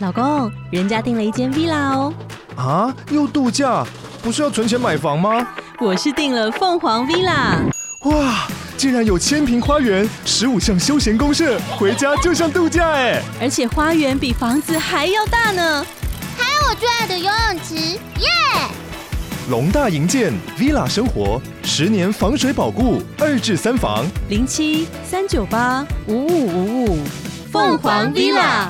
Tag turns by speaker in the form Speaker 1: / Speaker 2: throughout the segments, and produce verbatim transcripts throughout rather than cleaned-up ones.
Speaker 1: 老公，人家订了一间 villa 哦。
Speaker 2: 啊，又度假？不是要存钱买房吗？
Speaker 1: 我是订了凤凰 villa。
Speaker 2: 哇，竟然有千坪花园，十五项休闲公设，回家就像度假哎！
Speaker 1: 而且花园比房子还要大呢。
Speaker 3: 还有我最爱的游泳池，耶！
Speaker 2: 龙大营建 villa 生活，十年防水保固，二至三房，
Speaker 1: 零七三九八五五五五，凤凰 villa。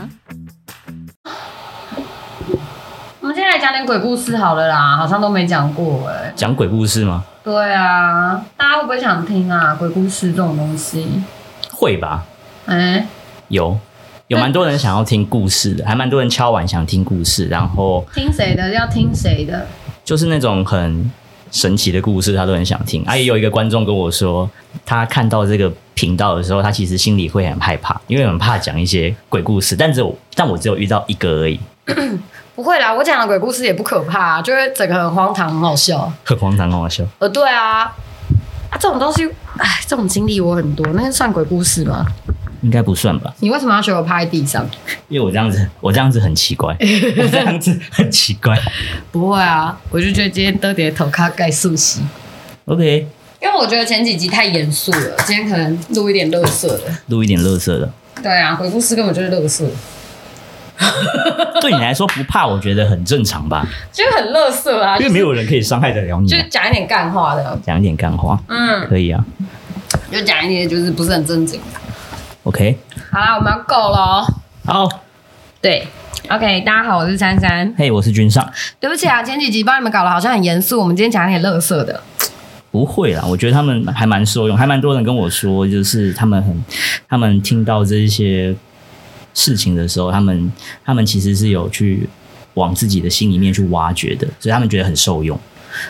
Speaker 4: 我们现在来讲点鬼故事好了啦，好像都没讲过哎、欸。
Speaker 5: 讲鬼故事吗？
Speaker 4: 对啊，大家会不会想听啊？鬼故事这种东西，
Speaker 5: 会吧？
Speaker 4: 哎、欸，
Speaker 5: 有，有蛮多人想要听故事的，还蛮多人敲碗想听故事，然后
Speaker 4: 听谁的？要听谁的？
Speaker 5: 就是那种很神奇的故事，他都很想听。啊，也有一个观众跟我说，他看到这个频道的时候，他其实心里会很害怕，因为很怕讲一些鬼故事，但只有但我只有遇到一个而已。
Speaker 4: 不会啦，我讲的鬼故事也不可怕、啊，就是整个很荒唐，很好笑。
Speaker 5: 很荒唐，很好笑。
Speaker 4: 呃，对啊，啊，这种东西，哎，这种经历我很多，那算鬼故事吗？
Speaker 5: 应该不算吧？
Speaker 4: 你为什么要学我趴在地上？
Speaker 5: 因为我这样子，我这样子很奇怪，我这样子很奇怪。
Speaker 4: 不会啊，我就觉得今天得点头卡盖素洗。
Speaker 5: OK，
Speaker 4: 因为我觉得前几集太严肃了，今天可能录一点垃圾的。
Speaker 5: 录一点垃圾的。
Speaker 4: 对啊，鬼故事根本就是垃圾。
Speaker 5: 对你来说不怕，我觉得很正常吧？
Speaker 4: 就很垃圾啊，
Speaker 5: 因为没有人可以伤害得了你、啊。
Speaker 4: 就是讲一点干话的，
Speaker 5: 讲一点干话，
Speaker 4: 嗯，
Speaker 5: 可以啊。
Speaker 4: 就讲一点就是不是很正经的。
Speaker 5: OK，
Speaker 4: 好啦，我们要够了哦。
Speaker 5: 好，
Speaker 4: 对 ，OK， 大家好，我是珊珊。
Speaker 5: 嘿， hey, 我是君上。
Speaker 4: 对不起啊，前几集帮你们搞得好像很严肃，我们今天讲一点垃圾的。
Speaker 5: 不会啦，我觉得他们还蛮受用，还蛮多人跟我说，就是他们很，他们听到这些事情的时候，他们他们其实是有去往自己的心里面去挖掘的，所以他们觉得很受用。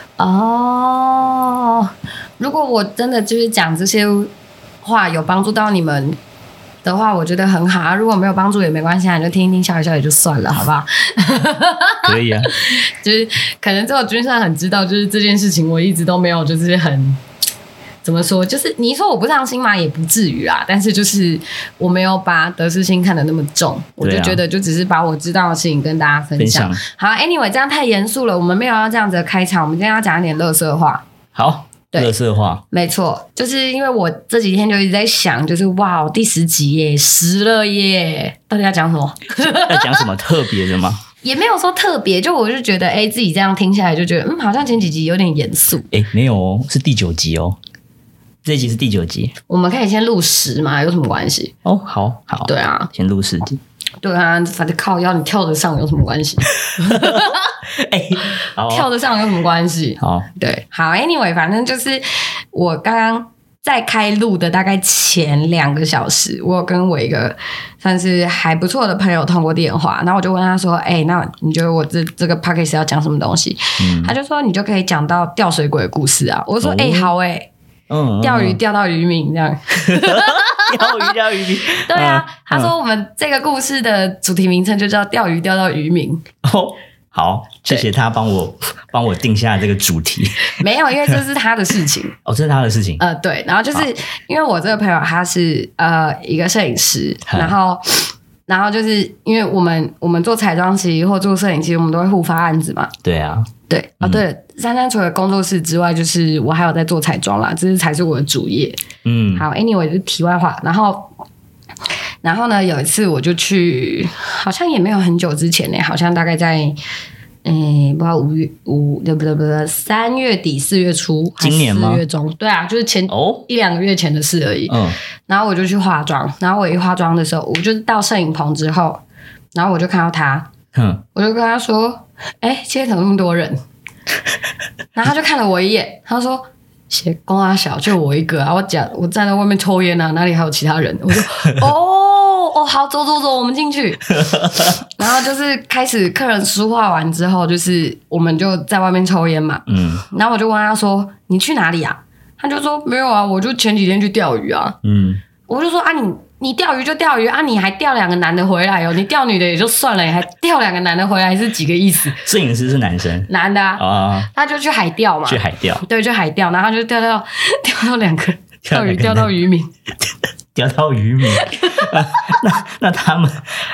Speaker 4: 哦，如果我真的就是讲这些话有帮助到你们的话，我觉得很好啊。如果没有帮助也没关系啊，你就听一听笑一笑也就算了，好不好？
Speaker 5: 可以啊，
Speaker 4: 就是可能只有君上很知道，就是这件事情我一直都没有，就是很。怎么说？就是你说我不上心嘛，也不至于啦。但是就是我没有把得失心看得那么重，我就觉得就只是把我知道的事情跟大家分享。
Speaker 5: 分享
Speaker 4: 好 ，anyway， 这样太严肃了，我们没有要这样子的开场，我们今天要讲一点垃圾话。
Speaker 5: 好，垃圾话，
Speaker 4: 没错，就是因为我这几天就一直在想，就是哇，第十集耶，十了耶，到底要讲什么？
Speaker 5: 要讲什么特别的吗？
Speaker 4: 也没有说特别，就我就觉得，哎，自己这样听下来就觉得，嗯，好像前几集有点严肃。
Speaker 5: 哎，没有哦，是第九集哦。这一集是第九集，我
Speaker 4: 们可以先录十嘛，有什么关系？
Speaker 5: 哦，好好，
Speaker 4: 对啊，
Speaker 5: 先录十集。
Speaker 4: 对啊，反正靠腰你跳得上有什么关系？
Speaker 5: 欸哦、
Speaker 4: 跳得上有什么关系？
Speaker 5: 好，
Speaker 4: 对，好 ，anyway， 反正就是我刚刚在开录的大概前两个小时，我有跟我一个算是还不错的朋友通过电话，然后我就问他说：“哎、欸，那你觉得我这这个 podcast 要讲什么东西？”嗯、他就说：“你就可以讲到吊水鬼的故事啊。”我说：“哎、哦欸，好哎、欸。”嗯，钓鱼钓到渔民这样，
Speaker 5: 钓鱼钓渔民，
Speaker 4: 对啊。他说我们这个故事的主题名称就叫钓鱼钓到渔民。
Speaker 5: 哦，好，谢谢他帮我帮我定下这个主题。
Speaker 4: 没有，因为这是他的事情。
Speaker 5: 哦，这是他的事情。
Speaker 4: 呃，对，然后就是因为我这个朋友他是呃一个摄影师，然后然后就是因为我们我们做彩妆期或做摄影期，我们都会互发案子嘛。
Speaker 5: 对啊。
Speaker 4: 对啊、哦，对了，珊珊除了工作室之外，就是我还有在做彩妆啦，这是才是我的主业。嗯，好 ，anyway 就是题外话。然后，然后呢，有一次我就去，好像也没有很久之前呢，好像大概在，嗯，不知道五月五，对不对？不对，三月底四月初，
Speaker 5: 今年吗？
Speaker 4: 四月中，对啊，就是前
Speaker 5: 哦
Speaker 4: 一两个月前的事而已。嗯，然后我就去化妆，然后我一化妆的时候，我就到摄影棚之后，然后我就看到他，嗯，我就跟他说。哎，今天怎么那么多人？然后他就看了我一眼，他说：“写公阿小就我一个啊，我讲我站在外面抽烟啊，哪里还有其他人？”我说：“哦哦，好，走走走，我们进去。”然后就是开始客人梳化完之后，就是我们就在外面抽烟嘛。嗯，然后我就问他说：“你去哪里啊？”他就说：“没有啊，我就前几天去钓鱼啊。”嗯，我就说：“啊，你。”你钓鱼就钓鱼啊，你还钓两个男的回来哦，你钓女的也就算了，你还钓两个男的回来是几个意思？
Speaker 5: 摄影师是男生，
Speaker 4: 男的啊，哦、他就去海钓嘛，
Speaker 5: 去海钓，
Speaker 4: 对，去海钓，然后就钓到钓到两个钓鱼钓到渔民，
Speaker 5: 钓到渔民，那那他们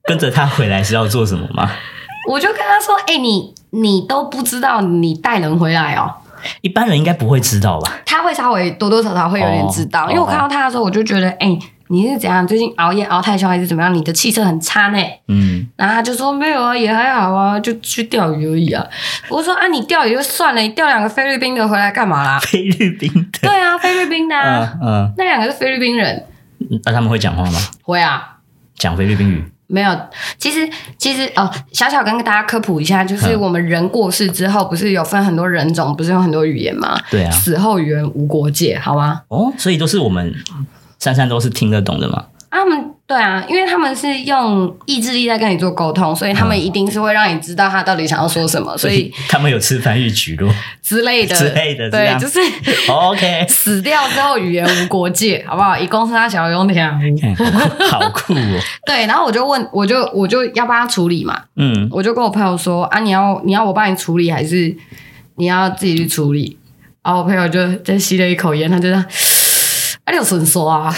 Speaker 5: 跟着他回来是要做什么吗？
Speaker 4: 我就跟他说：“哎、欸，你你都不知道你带人回来哦。”
Speaker 5: 一般人应该不会知道吧？
Speaker 4: 他会稍微多多少少会有点知道，哦、因为我看到他的时候，我就觉得，哎、欸，你是怎样？最近熬夜熬太凶还是怎么样？你的气色很差呢。嗯，然后他就说没有啊，也还好啊，就去钓鱼而已啊。我说啊，你钓鱼就算了，你钓两个菲律宾的回来干嘛啦？
Speaker 5: 菲律宾的？
Speaker 4: 对啊，菲律宾的、啊，嗯嗯，那两个是菲律宾人。
Speaker 5: 那、啊、他们会讲话吗？
Speaker 4: 会啊，
Speaker 5: 讲菲律宾语。
Speaker 4: 没有，其实其实哦，小小跟大家科普一下，就是我们人过世之后，不是有分很多人种，不是有很多语言吗？
Speaker 5: 对啊，
Speaker 4: 死后语言无国界，好吗？
Speaker 5: 哦，所以都是我们珊珊都是听得懂的吗？
Speaker 4: 他们对啊，因为他们是用意志力在跟你做沟通，所以他们一定是会让你知道他到底想要说什么，所以, 所以
Speaker 5: 他们有吃番禺蒟蒻
Speaker 4: 之类的
Speaker 5: 之类的，
Speaker 4: 对，就是
Speaker 5: OK
Speaker 4: 死掉之后语言无国界，好不好？一共是他小用天
Speaker 5: 好酷哦。
Speaker 4: 对，然后我就问，我就我就要帮他处理嘛，嗯，我就跟我朋友说啊，你要你要我帮你处理，还是你要自己去处理？然后我朋友就再吸了一口烟，他就这样，啊，你有顺说啊。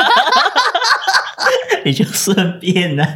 Speaker 5: 你就顺便呢、啊。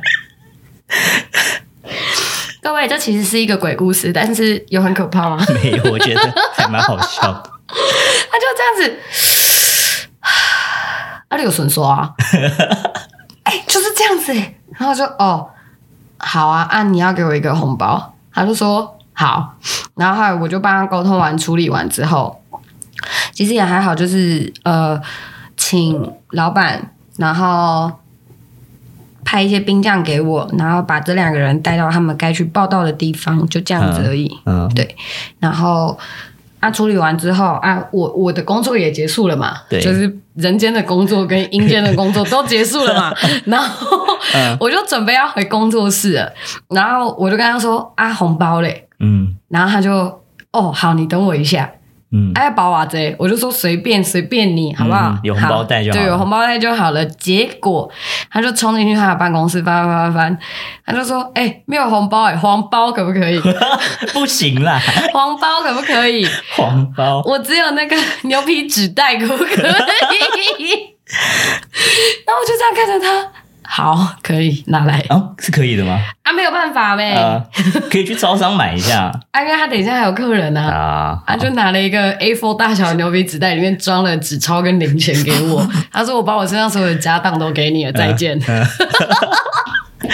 Speaker 4: 各位，这其实是一个鬼故事，但是有很可怕吗？
Speaker 5: 没有，我觉得还蛮好笑的。
Speaker 4: 他就这样子，啊，你有顺说啊？哎、欸，就是这样子哎。然后我就哦，好啊，啊，你要给我一个红包。他就说好。然后后来我就帮他沟通完、处理完之后，其实也还好，就是呃，请老板，然后派一些兵将给我，然后把这两个人带到他们该去报道的地方，就这样子而已。嗯，嗯对。然后啊，处理完之后啊，我我的工作也结束了嘛，对，就是人间的工作跟阴间的工作都结束了嘛。然后、嗯、我就准备要回工作室了，然后我就跟他说啊，红包嘞，嗯，然后他就哦，好，你等我一下。嗯，哎，包娃子，我就说随便随便你，好不好？
Speaker 5: 嗯、有红包袋就好了，
Speaker 4: 对，有红包袋就好了。结果他就冲进去他的办公室翻翻翻翻，他就说：“哎、欸，没有红包哎、欸，黄包可不可以？”
Speaker 5: 不行啦，黄
Speaker 4: 包可不可以？
Speaker 5: 黄包，
Speaker 4: 我只有那个牛皮纸袋，可不可以？然后我就这样看着他。好，可以拿来
Speaker 5: 哦，是可以的吗？
Speaker 4: 啊，没有办法呗、呃，
Speaker 5: 可以去超商买一下。
Speaker 4: 啊，因为他等一下还有客人啊，啊，他就拿了一个 A 四 大小的牛皮纸袋，里面装了纸钞跟零钱给我。他说：“我把我身上所有的家当都给你了，再见。呃”呃、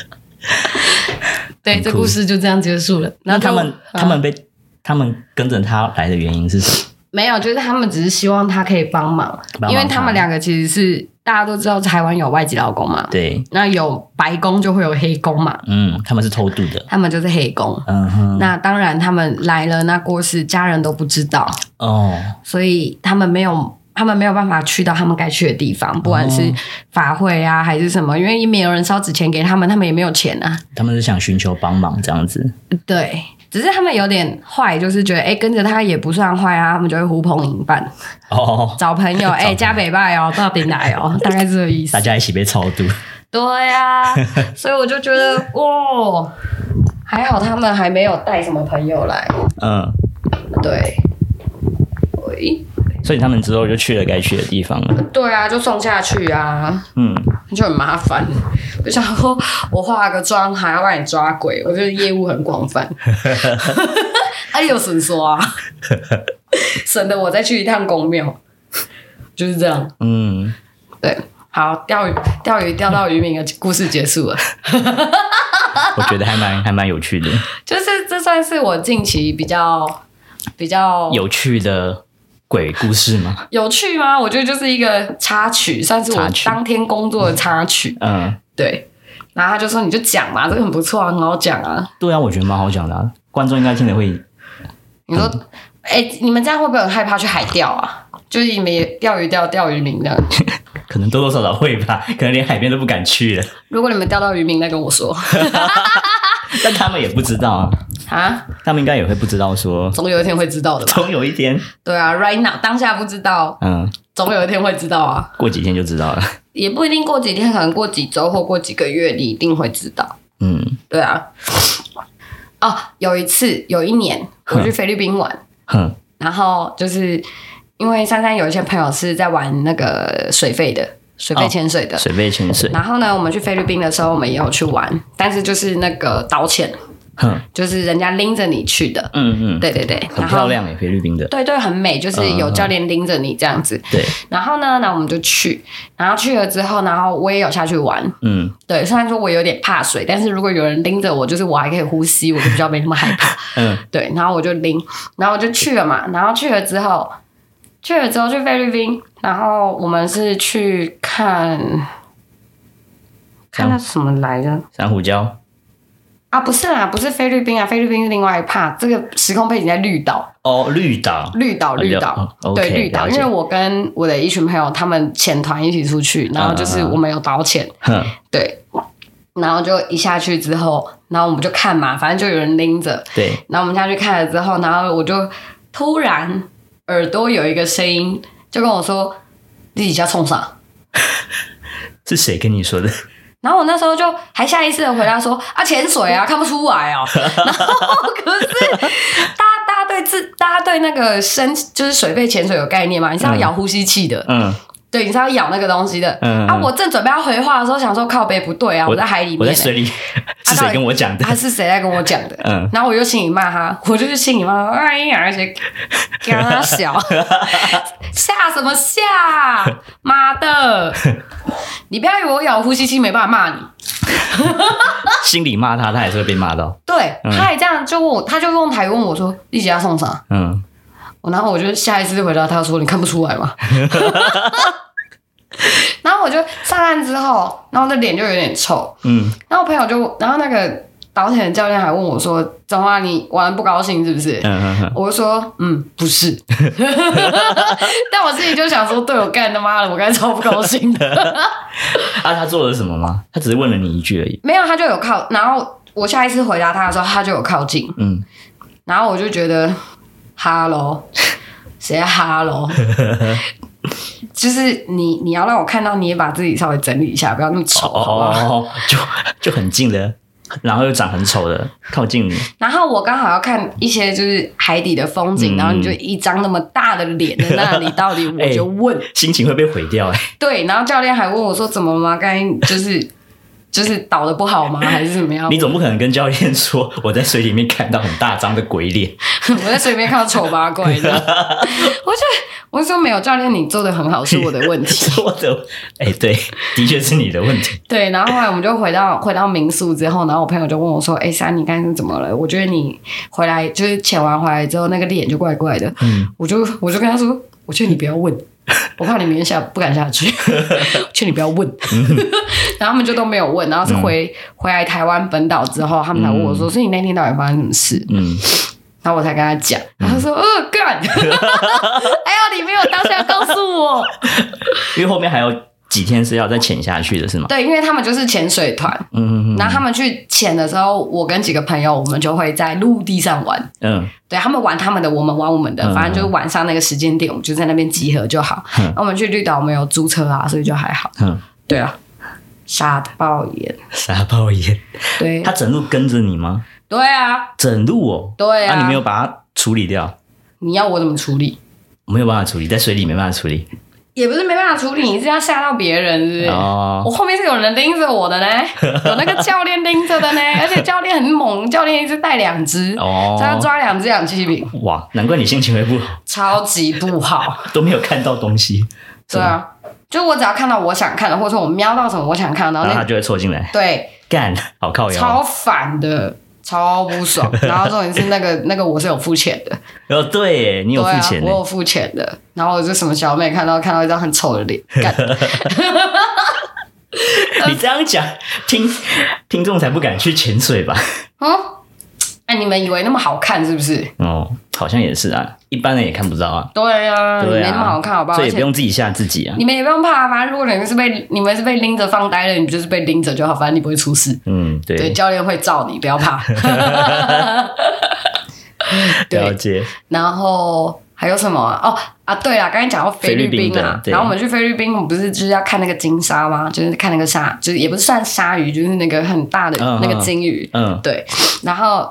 Speaker 4: 对，这故事就这样结束了。
Speaker 5: 那他们、啊、他们被他们跟着他来的原因是什么？
Speaker 4: 没有，就是他们只是希望他可以帮忙，因为他们两个其实是。大家都知道台湾有外籍劳工嘛，对，那有白工就会有黑工嘛，
Speaker 5: 嗯，他们是偷渡的，
Speaker 4: 他们就是黑工，嗯哼，那当然他们来了，那过世家人都不知道哦，所以他们没有，他们没有办法去到他们该去的地方，不管是法会啊还是什么，因为没有人烧纸钱给他们，他们也没有钱啊，
Speaker 5: 他们是想寻求帮忙这样子，
Speaker 4: 对。只是他们有点坏，就是觉得哎、欸，跟着他也不算坏啊，他们就会呼朋引伴哦，找朋友哎，加北拜哦，到顶来哦，大概是这个意思。
Speaker 5: 大家一起被超度。
Speaker 4: 对啊，所以我就觉得哇，还好他们还没有带什么朋友来。嗯，对，喂。
Speaker 5: 所以他们之后就去了该去的地方了。
Speaker 4: 对啊，就送下去啊。嗯，就很麻烦。我想说，我化个妆还要帮你抓鬼，我觉得业务很广泛。还有神说啊，省得我再去一趟公庙，就是这样。嗯，对，好，钓鱼，钓鱼钓到渔民的故事结束了。
Speaker 5: 我觉得还蛮还蛮有趣的，
Speaker 4: 就是这算是我近期比较比较
Speaker 5: 有趣的。鬼故事吗？
Speaker 4: 有趣吗？我觉得就是一个插曲，算是我当天工作的插曲。嗯，对。然后他就说：“你就讲嘛，这个很不错啊，很好讲啊。”
Speaker 5: 对啊，我觉得蛮好讲的、啊，观众应该听得会。
Speaker 4: 你说，哎、欸，你们这样会不会很害怕去海钓啊？就是你们也钓鱼钓钓渔民这样。
Speaker 5: 可能多多少少会吧，可能连海边都不敢去了。
Speaker 4: 如果你们钓到渔民，再跟我说。
Speaker 5: 但他们也不知道啊。啊？他们应该也会不知道说，
Speaker 4: 总有一天会知道的吧？
Speaker 5: 总有一天。
Speaker 4: 对啊 ，right now 当下不知道，嗯，总有一天会知道啊。
Speaker 5: 过几天就知道了。
Speaker 4: 也不一定过几天，可能过几周或过几个月，你一定会知道。嗯，对啊。哦，有一次，有一年我去菲律宾玩，哼，然后就是因为珊珊有一些朋友是在玩那个水肺的， 水肺潜水的、哦、
Speaker 5: 水肺潜水。
Speaker 4: 然后呢，我们去菲律宾的时候，我们也有去玩，但是就是那个导潜。就是人家拎着你去的，嗯嗯，对对对，
Speaker 5: 很漂亮诶，菲律宾的，
Speaker 4: 对对，很美，就是有教练拎着你这样子，嗯、
Speaker 5: 对。
Speaker 4: 然后呢，那我们就去，然后去了之后，然后我也有下去玩，嗯，对。虽然说我有点怕水，但是如果有人拎着我，就是我还可以呼吸，我就比较没那么害怕，嗯，对。然后我就拎，然后我就去了嘛，然后去了之后，去了之后去菲律宾，然后我们是去看看那什么来着？
Speaker 5: 珊瑚礁。
Speaker 4: 啊，不是啦，不是菲律宾啊，菲律宾是另外一 part， 这个时空背景在绿岛。
Speaker 5: 哦，绿岛，
Speaker 4: 绿岛，绿岛，
Speaker 5: 哦、
Speaker 4: 对，
Speaker 5: okay,
Speaker 4: 绿岛。因为我跟我的一群朋友，他们潜团一起出去，然后就是我们有导潜，嗯、对，然后就一下去之后，然后我们就看嘛，反正就有人拎着，
Speaker 5: 对，
Speaker 4: 然后我们下去看了之后，然后我就突然耳朵有一个声音，就跟我说：“自己家冲啥？”
Speaker 5: 是谁跟你说的？
Speaker 4: 然后我那时候就还下意识的回答说啊潜水啊看不出来哦，然后可是大家大家对自大家对那个深就是水肺潜水有概念嘛？你是要咬呼吸器的，嗯，对，你是要咬那个东西的，嗯啊，我正准备要回话的时候，想说靠北不对啊，我在海里面、欸，
Speaker 5: 我在水里，是谁跟我讲的？
Speaker 4: 他、啊、是谁在跟我讲的？嗯，然后我就心里骂他，我就去心里骂他，哎呀，而且跟他小吓什么吓？妈的！你不要以为我咬呼吸器没办法骂你，
Speaker 5: 心里骂他，他还是会被骂到。
Speaker 4: 对，嗯、他也这样就问我，他就用台语问我说：“你姐要送啥？”嗯，然后我就下一次回答他说：“你看不出来吗？”然后我就上岸之后，然后我的脸就有点臭，嗯，然后我朋友就，然后那个导潜的教练还问我说：“怎么你玩不高兴是不是？”嗯嗯嗯，我就说：“嗯，不是。”但我自己就想说：“对我干他妈的，我刚才超不高兴的。”
Speaker 5: 啊，他做了什么吗？他只是问了你一句而已。
Speaker 4: 没有，他就有靠，然后我下一次回答他的时候，他就有靠近，嗯，然后我就觉得，哈喽，谁哈喽？就是你，你要让我看到，你也把自己稍微整理一下，不要那么丑，好不好？
Speaker 5: 哦，就就很近的。然后又长很丑的靠近你，
Speaker 4: 然后我刚好要看一些就是海底的风景，嗯、然后你就一张那么大的脸在那里，到底我就问，
Speaker 5: 欸、心情会被毁掉哎、欸。
Speaker 4: 对，然后教练还问我说怎么吗？刚才就是就是导的不好吗？还是怎么样？
Speaker 5: 你总不可能跟教练说我在水里面看到很大张的鬼脸，
Speaker 4: 我在水里面看到丑八怪的，我就。我说没有，教练，你做的很好，是我的问题。
Speaker 5: 我的，哎、欸，对，的确是你的问题。
Speaker 4: 对，然后后来我们就回到回到民宿之后，然后我朋友就问我说：“哎、欸，珊，你刚才是怎么了？我觉得你回来就是潜完回来之后，那个脸就怪怪的。”嗯，我就我就跟他说：“我劝你不要问，我怕你明天下不敢下去。我劝你不要问。嗯”然后他们就都没有问，然后是回、嗯、回来台湾本岛之后，他们才问我说：“所以你那天到底发生什么事？”嗯。然后我才跟他讲，然后他说：“呃，干！还有你没有当下告诉我，
Speaker 5: 因为后面还有几天是要再潜下去的，是吗？”
Speaker 4: 对，因为他们就是潜水团，嗯嗯嗯，然后他们去潜的时候，我跟几个朋友，我们就会在陆地上玩，嗯，对他们玩他们的，我们玩我们的，嗯、反正就是晚上那个时间点，我们就在那边集合就好。嗯、然后我们去绿岛，我们有租车啊，所以就还好。嗯，对啊，沙爆眼，
Speaker 5: 沙爆眼，
Speaker 4: 对，
Speaker 5: 他整路跟着你吗？
Speaker 4: 对啊，
Speaker 5: 整路哦，
Speaker 4: 对啊，
Speaker 5: 啊，你没有把它处理掉？
Speaker 4: 你要我怎么处理？
Speaker 5: 我没有办法处理，在水里没办法处理，
Speaker 4: 也不是没办法处理，你是要吓到别人，是不是？哦，我后面是有人拎着我的呢，有那个教练拎着的呢，而且教练很猛，教练一直带两只，哦，他要抓两只氧气瓶。
Speaker 5: 哇，难怪你心情会不好，
Speaker 4: 超级不好，
Speaker 5: 都没有看到东西。
Speaker 4: 对啊，就我只要看到我想看的，或者说我瞄到什么我想看的，
Speaker 5: 然后他就会凑进来。
Speaker 4: 对，
Speaker 5: 干，好靠腰，
Speaker 4: 超烦的。超不爽，然后重点是那个那个我是有付钱的，
Speaker 5: 哦对耶，你有付钱、
Speaker 4: 啊，我有付钱的，然后我就什么小妹看到看到一张很丑的脸，干
Speaker 5: 你这样讲，听听众才不敢去潜水吧？
Speaker 4: 嗯，哎、欸，你们以为那么好看是不是？
Speaker 5: 哦，好像也是啊，一般人也看不到啊。
Speaker 4: 对啊，对啊，没那么好看，好不好？
Speaker 5: 所以也不用自己吓自己啊。
Speaker 4: 你们也不用怕，反正如果你们是被你们是被拎着放呆了，你们就是被拎着就好，反正你不会出事。嗯，对，对，教练会罩你，不要怕。
Speaker 5: 了解。
Speaker 4: 然后还有什么啊？哦啊，对啦，刚才讲到菲律宾啊，然后我们去菲律宾，我们不是就是要看那个金鲨吗？就是看那个鲨，就是也不是算鲨鱼，就是那个很大的那个金鱼。嗯，对，然后。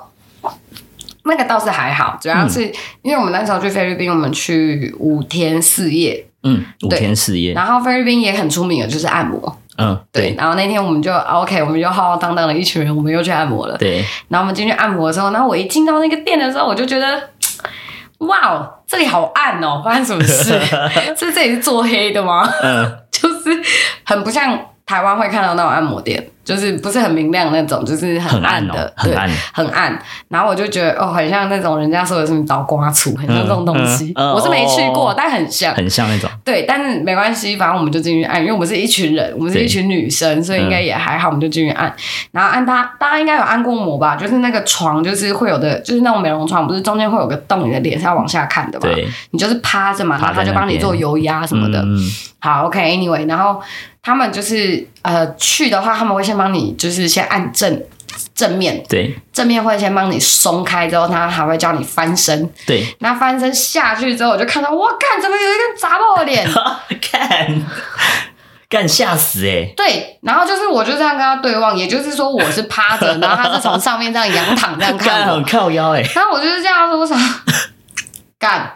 Speaker 4: 那个倒是还好，主要是因为我们那时候去菲律宾，我们去五天四夜，
Speaker 5: 嗯，五天四夜。
Speaker 4: 然后菲律宾也很出名的就是按摩。
Speaker 5: 嗯，
Speaker 4: 对。然后那天我们就 OK， 我们就浩浩荡荡的一群人，我们又去按摩了。
Speaker 5: 对。
Speaker 4: 然后我们进去按摩的时候，然后我一进到那个店的时候，我就觉得，哇，这里好暗哦，发生什么事？是这里是做黑的吗？嗯，就是很不像台湾会看到那种按摩店。就是不是很明亮那种，就是很暗的，
Speaker 5: 很暗、哦、
Speaker 4: 对，很暗。然后我就觉得哦，很像那种人家说的什么倒瓜醋，很像这种东西。嗯嗯、我是没去过，哦、但很像，
Speaker 5: 很像那种。
Speaker 4: 对，但是没关系，反正我们就进去按，因为我们是一群人，我们是一群女生，所以应该也还好，我们就进去按。然后按它，大家应该有按过摩吧？就是那个床，就是会有的，就是那种美容床，不是中间会有个洞，你的脸是要往下看的嘛？
Speaker 5: 对，
Speaker 4: 你就是趴着嘛，然后他就帮你做油压什么的。嗯、好 ，OK，Anyway，、okay, 然后。他们就是呃去的话，他们会先帮你就是先按正正面，
Speaker 5: 对，
Speaker 4: 正面会先帮你松开之后，他还会教你翻身，
Speaker 5: 对，
Speaker 4: 那翻身下去之后，我就看到哇，干怎么有一个砸爆的脸，
Speaker 5: 干干吓死哎、欸！
Speaker 4: 对，然后就是我就这样跟他对望，也就是说我是趴着，然后他是从上面这样仰躺这样看我，
Speaker 5: 很靠腰哎、欸。
Speaker 4: 然后我就是这样说，我想干。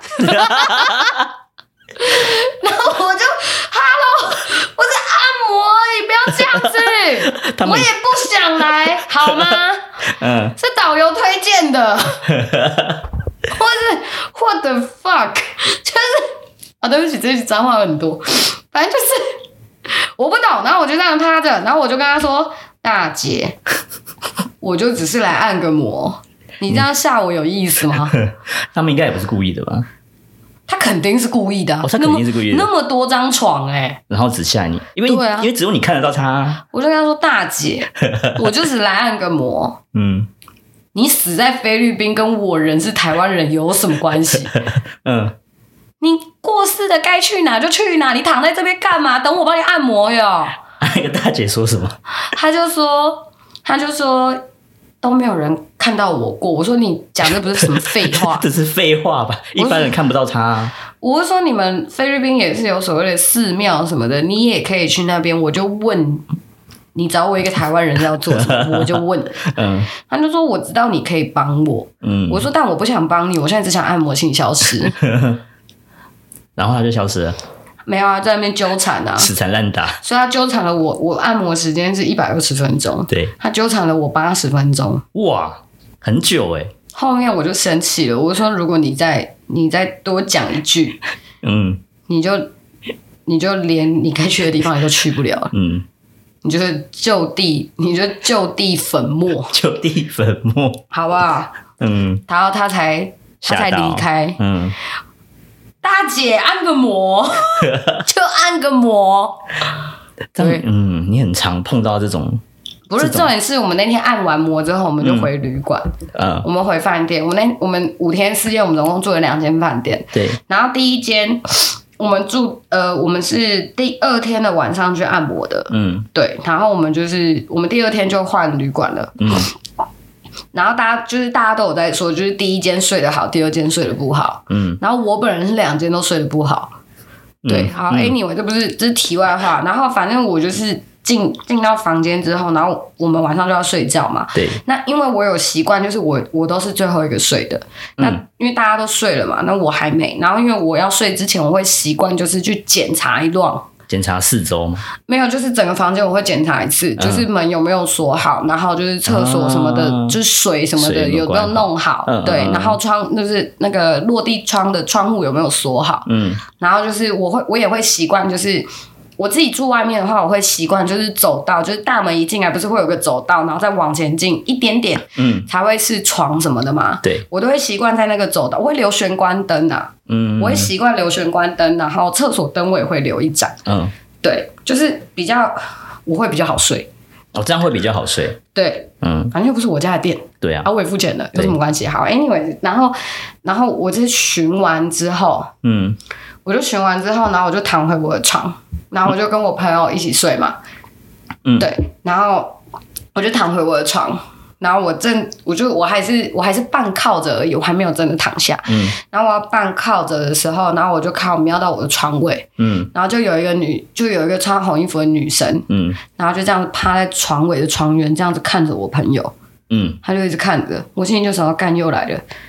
Speaker 4: 然后我就 ，Hello， 我是按摩而已，不要这样子，我也不想来，好吗？嗯，是导游推荐的，或是 What the fuck， 就是啊，对不起，这句脏话很多，反正就是我不懂，然后我就这样趴着，然后我就跟他说：“大姐，我就只是来按个摩，你这样吓我有意思吗？”
Speaker 5: 他们应该也不是故意的吧？
Speaker 4: 他肯定是故意的、啊
Speaker 5: 哦，他肯定是故意的。
Speaker 4: 那么多张床哎、欸，
Speaker 5: 然后只吓你，因为、啊、因为只有你看得到他。
Speaker 4: 我就跟他说：“大姐，我就是来按个摩。嗯，你死在菲律宾跟我人是台湾人有什么关系？嗯，你过世的该去哪就去哪，你躺在这边干嘛？等我帮你按摩哟。”
Speaker 5: 那个大姐说什么？
Speaker 4: 他就说，他就说。都没有人看到我过，我说你讲的不是什么废话，
Speaker 5: 这是废话吧？一般人看不到他、啊。
Speaker 4: 我是说你们菲律宾也是有所谓的寺庙什么的，你也可以去那边。我就问你找我一个台湾人要做什么，我就问，嗯，他就说我知道你可以帮我，嗯，我说但我不想帮你，我现在只想按摩，请你消失。
Speaker 5: 然后他就消失了。
Speaker 4: 没有啊，在那边纠缠啊，
Speaker 5: 死缠烂打。
Speaker 4: 所以他纠缠了我，我按摩时间是一百二十分钟，
Speaker 5: 对，
Speaker 4: 他纠缠了我八十分钟，
Speaker 5: 哇，很久哎、欸。
Speaker 4: 后面我就生气了，我说如果你再你再多讲一句，嗯，你就你就连你该去的地方你都去不了了，嗯，你就是就地，你就就地粉末，
Speaker 5: 就地粉末，
Speaker 4: 好不好？嗯，然后他才他才离开，嗯。大姐按个摩就按个摩，
Speaker 5: 对，嗯，你很常碰到这种，
Speaker 4: 不是重点是我们那天按完摩之后，我们就回旅馆，嗯，我们回饭店，我们那我们五天四夜，我们总共住了两间饭店，
Speaker 5: 对，
Speaker 4: 然后第一间我们住，呃，我们是第二天的晚上去按摩的，嗯，对，然后我们就是我们第二天就换旅馆了，嗯。然后大家就是大家都有在说，就是第一间睡得好，第二间睡得不好。嗯，然后我本人是两间都睡得不好。对，嗯、好 ，anyway，、嗯、这不是这是题外话。然后反正我就是进进到房间之后，然后我们晚上就要睡觉嘛。
Speaker 5: 对。
Speaker 4: 那因为我有习惯，就是我我都是最后一个睡的。那、嗯、因为大家都睡了嘛，那我还没。然后因为我要睡之前，我会习惯就是去检查一段。
Speaker 5: 检查四周吗？
Speaker 4: 没有，就是整个房间我会检查一次，嗯、就是门有没有锁好，然后就是厕所什么的，啊、就是水什么的有没有弄好，嗯、对，嗯、然后窗就是那个落地窗的窗户有没有锁好，嗯，然后就是我会我也会习惯，就是我自己住外面的话，我会习惯就是走道，就是大门一进来不是会有个走道，然后再往前进一点点，嗯，才会是床什么的嘛，
Speaker 5: 对，
Speaker 4: 我都会习惯在那个走道，我会留玄关灯啊。嗯，我会习惯留玄关灯，然后厕所灯我也会留一盏。嗯，对，就是比较我会比较好睡。
Speaker 5: 哦，这样会比较好睡。
Speaker 4: 对，嗯，反正又不是我家的店。
Speaker 5: 对啊，
Speaker 4: 啊，我也付钱了，有什么关系？好 ，anyway， 然后然后我就是巡完之后，嗯，我就巡完之后，然后我就躺回我的床，然后我就跟我朋友一起睡嘛。嗯，对，然后我就躺回我的床。然后我正，我就我还是我还是半靠着而已，我还没有真的躺下。嗯。然后我要半靠着的时候，然后我就靠瞄到我的床位。嗯。然后就有一个女，就有一个穿红衣服的女生。嗯。然后就这样子趴在床尾的床缘，这样子看着我朋友。嗯。她就一直看着，我心里就想要干又来了。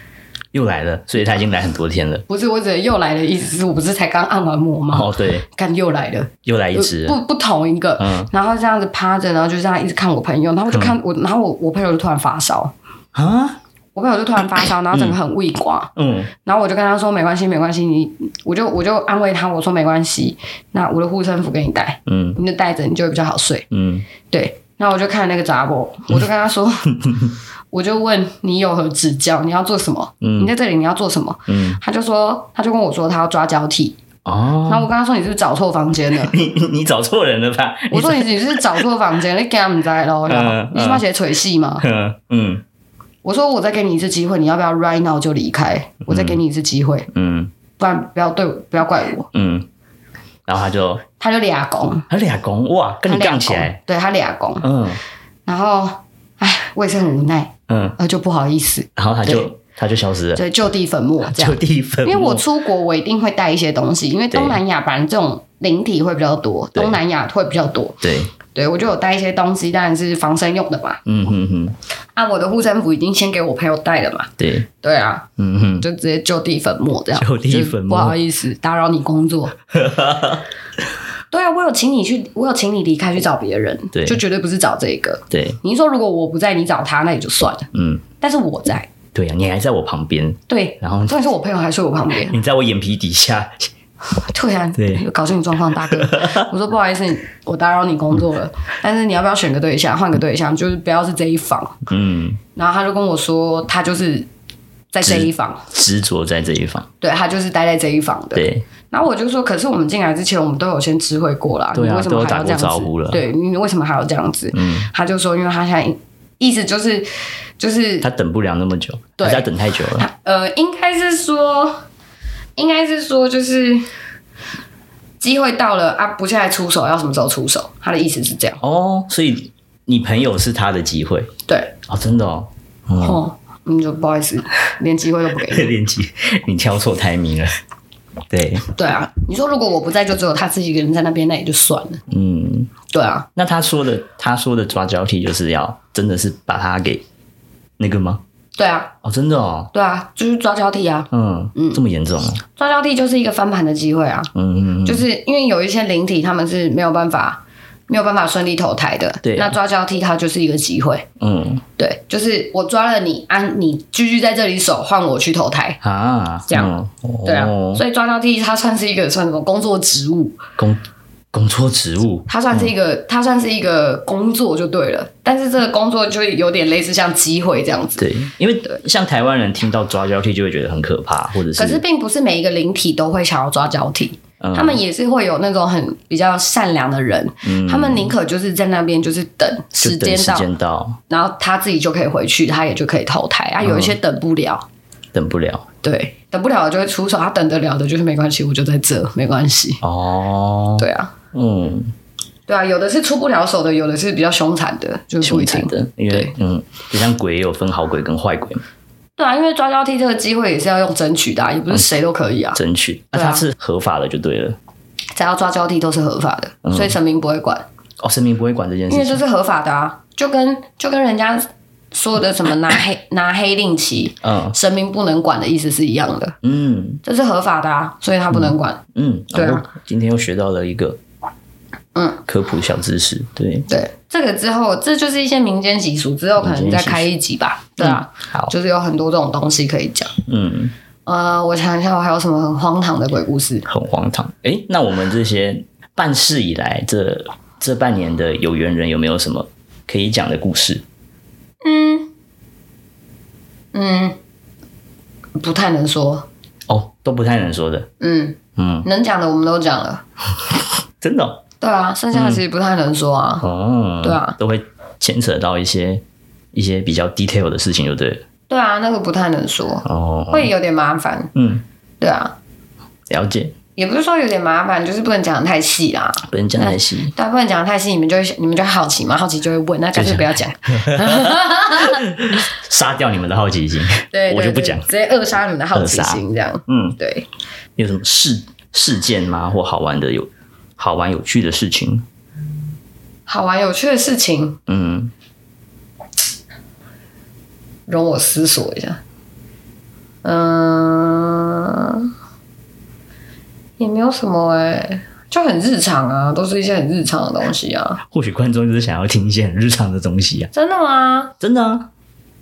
Speaker 5: 又来了，所以他已经来很多天了。
Speaker 4: 不是，我指的又来的意思是我不是才刚按完摩吗？
Speaker 5: 哦，对，
Speaker 4: 干又来了，
Speaker 5: 又来一只，
Speaker 4: 不不同一个，嗯，然后这样子趴着，然后就这样一直看我朋友，然后我就看、嗯、我，然后我我朋友就突然发烧
Speaker 5: 啊，
Speaker 4: 我朋友就突然发烧，然后整个很畏挂，嗯，然后我就跟他说没关系没关系，你我就我就安慰他，我说没关系，那我的护身符给你带，嗯，你就带着你就会比较好睡，嗯，对。然后我就看那个杂博，我就跟他说，我就问你有何指教，你要做什么？嗯、你在这里你要做什么？嗯、他就说，他就跟我说他要抓交替。哦，然后我跟他说你是不是找错房间了？
Speaker 5: 你你找错人了吧？
Speaker 4: 我说你你是找错房间，你给他们在咯，嗯、你是怕写垂戏吗？嗯嗯，我说我再给你一次机会，你要不要 right now 就离开？我再给你一次机会，嗯，不然不要对不要怪我，嗯。
Speaker 5: 然后他就
Speaker 4: 他就俩公，
Speaker 5: 他俩公哇，跟你杠起来，
Speaker 4: 对他俩公，嗯，然后哎，我也是很无奈，嗯，呃，就不好意思，
Speaker 5: 然后他就他就消失了，
Speaker 4: 对，就地粉末这样，
Speaker 5: 就地粉末。
Speaker 4: 因为我出国，我一定会带一些东西，因为东南亚本来这种灵体会比较多，东南亚会比较多，
Speaker 5: 对，
Speaker 4: 对我就有带一些东西，当然是防身用的嘛，嗯哼哼。啊，我的护身符已经先给我朋友带了嘛，
Speaker 5: 对，
Speaker 4: 对啊，嗯哼，就直接就地粉末这样，
Speaker 5: 就地粉末，
Speaker 4: 不好意思打扰你工作。对啊，我有请你去，我有请你离开去找别人，对，就绝对不是找这个。
Speaker 5: 对，
Speaker 4: 你说如果我不在，你找他那也就算了，嗯，但是我在，
Speaker 5: 对啊，你还在我旁边，
Speaker 4: 对，然后重点是我朋友还睡我旁边，
Speaker 5: 你在我眼皮底下，
Speaker 4: 对啊，对，搞清楚状况，大哥，我说不好意思，我打扰你工作了，但是你要不要选个对象，换个对象，就是不要是这一房，嗯，然后他就跟我说，他就是在这一房，
Speaker 5: 执着在这一房，
Speaker 4: 对他就是待在这一房的，对。然后我就说，可是我们进来之前，我们都有先知会过啦，
Speaker 5: 对啊，
Speaker 4: 你为什么还要这样子？
Speaker 5: 都有打过招呼了，
Speaker 4: 对，你为什么还要这样子？嗯，他就说，因为他现在意思就是就是
Speaker 5: 他等不了那么久，对，他等太久了。
Speaker 4: 呃，应该是说，应该是说，就是机会到了啊，不现在出手，要什么时候出手？他的意思是这样。
Speaker 5: 哦，所以你朋友是他的机会，
Speaker 4: 对，
Speaker 5: 哦，真的哦，
Speaker 4: 嗯，哦你就不好意思，连机会都不给你，
Speaker 5: 连机，你挑错timing了。对
Speaker 4: 对啊，你说如果我不在，就只有他自己一个人在那边，那也就算了。嗯，对啊。
Speaker 5: 那他说的，他说的抓交替，就是要真的是把他给那个吗？
Speaker 4: 对啊。
Speaker 5: 哦，真的哦。
Speaker 4: 对啊，就是抓交替啊。嗯嗯，
Speaker 5: 这么严重哦？
Speaker 4: 抓交替就是一个翻盘的机会啊。嗯嗯嗯。就是因为有一些灵体，他们是没有办法。没有办法顺利投胎的，对、啊，那抓交替它就是一个机会，嗯，对，就是我抓了你，啊，你继续在这里守，换我去投胎啊，这样，嗯、对啊，所以抓交替它算是一个算什么工作职务，
Speaker 5: 工工作职务，
Speaker 4: 它算是一个，嗯、它算是一个工作就对了，但是这个工作就有点类似像机会这样子，
Speaker 5: 对，因为像台湾人听到抓交替就会觉得很可怕，或者是，
Speaker 4: 可是并不是每一个灵体都会想要抓交替。嗯、他们也是会有那种很比较善良的人，嗯、他们宁可就是在那边就是等时间到，
Speaker 5: 时间到，
Speaker 4: 然后他自己就可以回去，他也就可以投胎啊。有一些等不了，
Speaker 5: 等不了，
Speaker 4: 对，等不了就会出手，他等得了的就是没关系，我就在这，没关系。哦，对啊，嗯，对啊，有的是出不了手的，有的是比较凶残的，就是不一定
Speaker 5: 的，因为嗯，就像鬼也有分好鬼跟坏鬼嘛。
Speaker 4: 对啊，因为抓交替这个机会也是要用争取的、啊，也不是谁都可以啊。
Speaker 5: 嗯、争取，那、啊、它是合法的就对了。
Speaker 4: 只要抓交替都是合法的，嗯、所以神明不会管。
Speaker 5: 哦，神明不会管这件事情，
Speaker 4: 因为这是合法的啊，就跟就跟人家说的什么拿黑拿黑令旗，嗯，神明不能管的意思是一样的。嗯，这是合法的啊，所以他不能管。嗯，嗯对啊。
Speaker 5: 今天又学到了一个。嗯，科普小知识，对
Speaker 4: 对，这个之后，这就是一些民间习俗，之后可能再开一集吧，对啊，嗯、好，就是有很多这种东西可以讲，嗯，呃，我想一下，我还有什么很荒唐的鬼故事？
Speaker 5: 很荒唐，哎，那我们这些办事以来，这这半年的有缘人有没有什么可以讲的故事？
Speaker 4: 嗯嗯，不太能说，
Speaker 5: 哦，都不太能说的，
Speaker 4: 嗯嗯，能讲的我们都讲了，
Speaker 5: 真的、哦。
Speaker 4: 对啊，剩下的其实不太能说啊。哦，对啊，
Speaker 5: 都会牵扯到一些一些比较 detail 的事情，就对了。
Speaker 4: 对啊，那个不太能说，哦，会有点麻烦。嗯，对啊，
Speaker 5: 了解。
Speaker 4: 也不是说有点麻烦，就是不能讲得太细啦。
Speaker 5: 不能讲太细，
Speaker 4: 对，不能讲得太细，你们就会你们就会好奇嘛，好奇就会问，那干脆不要讲，
Speaker 5: 杀掉你们的好奇心。
Speaker 4: 对，
Speaker 5: 我就不讲，
Speaker 4: 直接扼杀你们的好奇心，这样。嗯，对。
Speaker 5: 有什么事事件吗？或好玩的有？好玩有趣的事情，
Speaker 4: 好玩有趣的事情，嗯，容我思索一下。 嗯，也没有什么哎、欸，就很日常啊，都是一些很日常的东西啊。
Speaker 5: 或许观众就是想要听一些很日常的东西啊。
Speaker 4: 真的吗？
Speaker 5: 真的啊。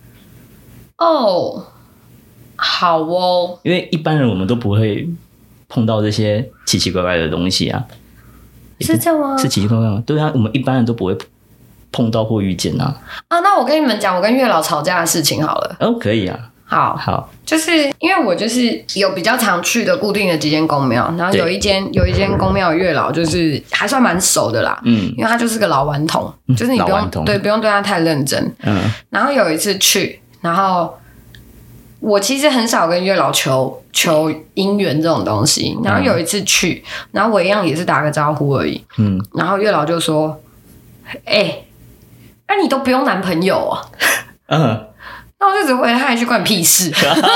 Speaker 4: 哦，好哦。
Speaker 5: 因为一般人我们都不会碰到这些奇奇怪怪的东西啊。
Speaker 4: 是这样吗？
Speaker 5: 是奇奇怪怪吗？对啊，我们一般人都不会碰到或遇见啊。
Speaker 4: 啊，那我跟你们讲我跟月老吵架的事情好了。
Speaker 5: 哦，可以啊。
Speaker 4: 好，
Speaker 5: 好，
Speaker 4: 就是因为我就是有比较常去的固定的几间宫庙，然后有一间有一间宫庙的月老就是还算蛮熟的啦，嗯，因为他就是个老顽童，就是你不用对不用对他太认真，嗯，然后有一次去，然后我其实很少跟月老求求姻缘这种东西，然后有一次去，然后我一样也是打个招呼而已，嗯，然后月老就说，哎、欸，那、啊、你都不用男朋友啊，嗯。那我就只回他一句关你屁事，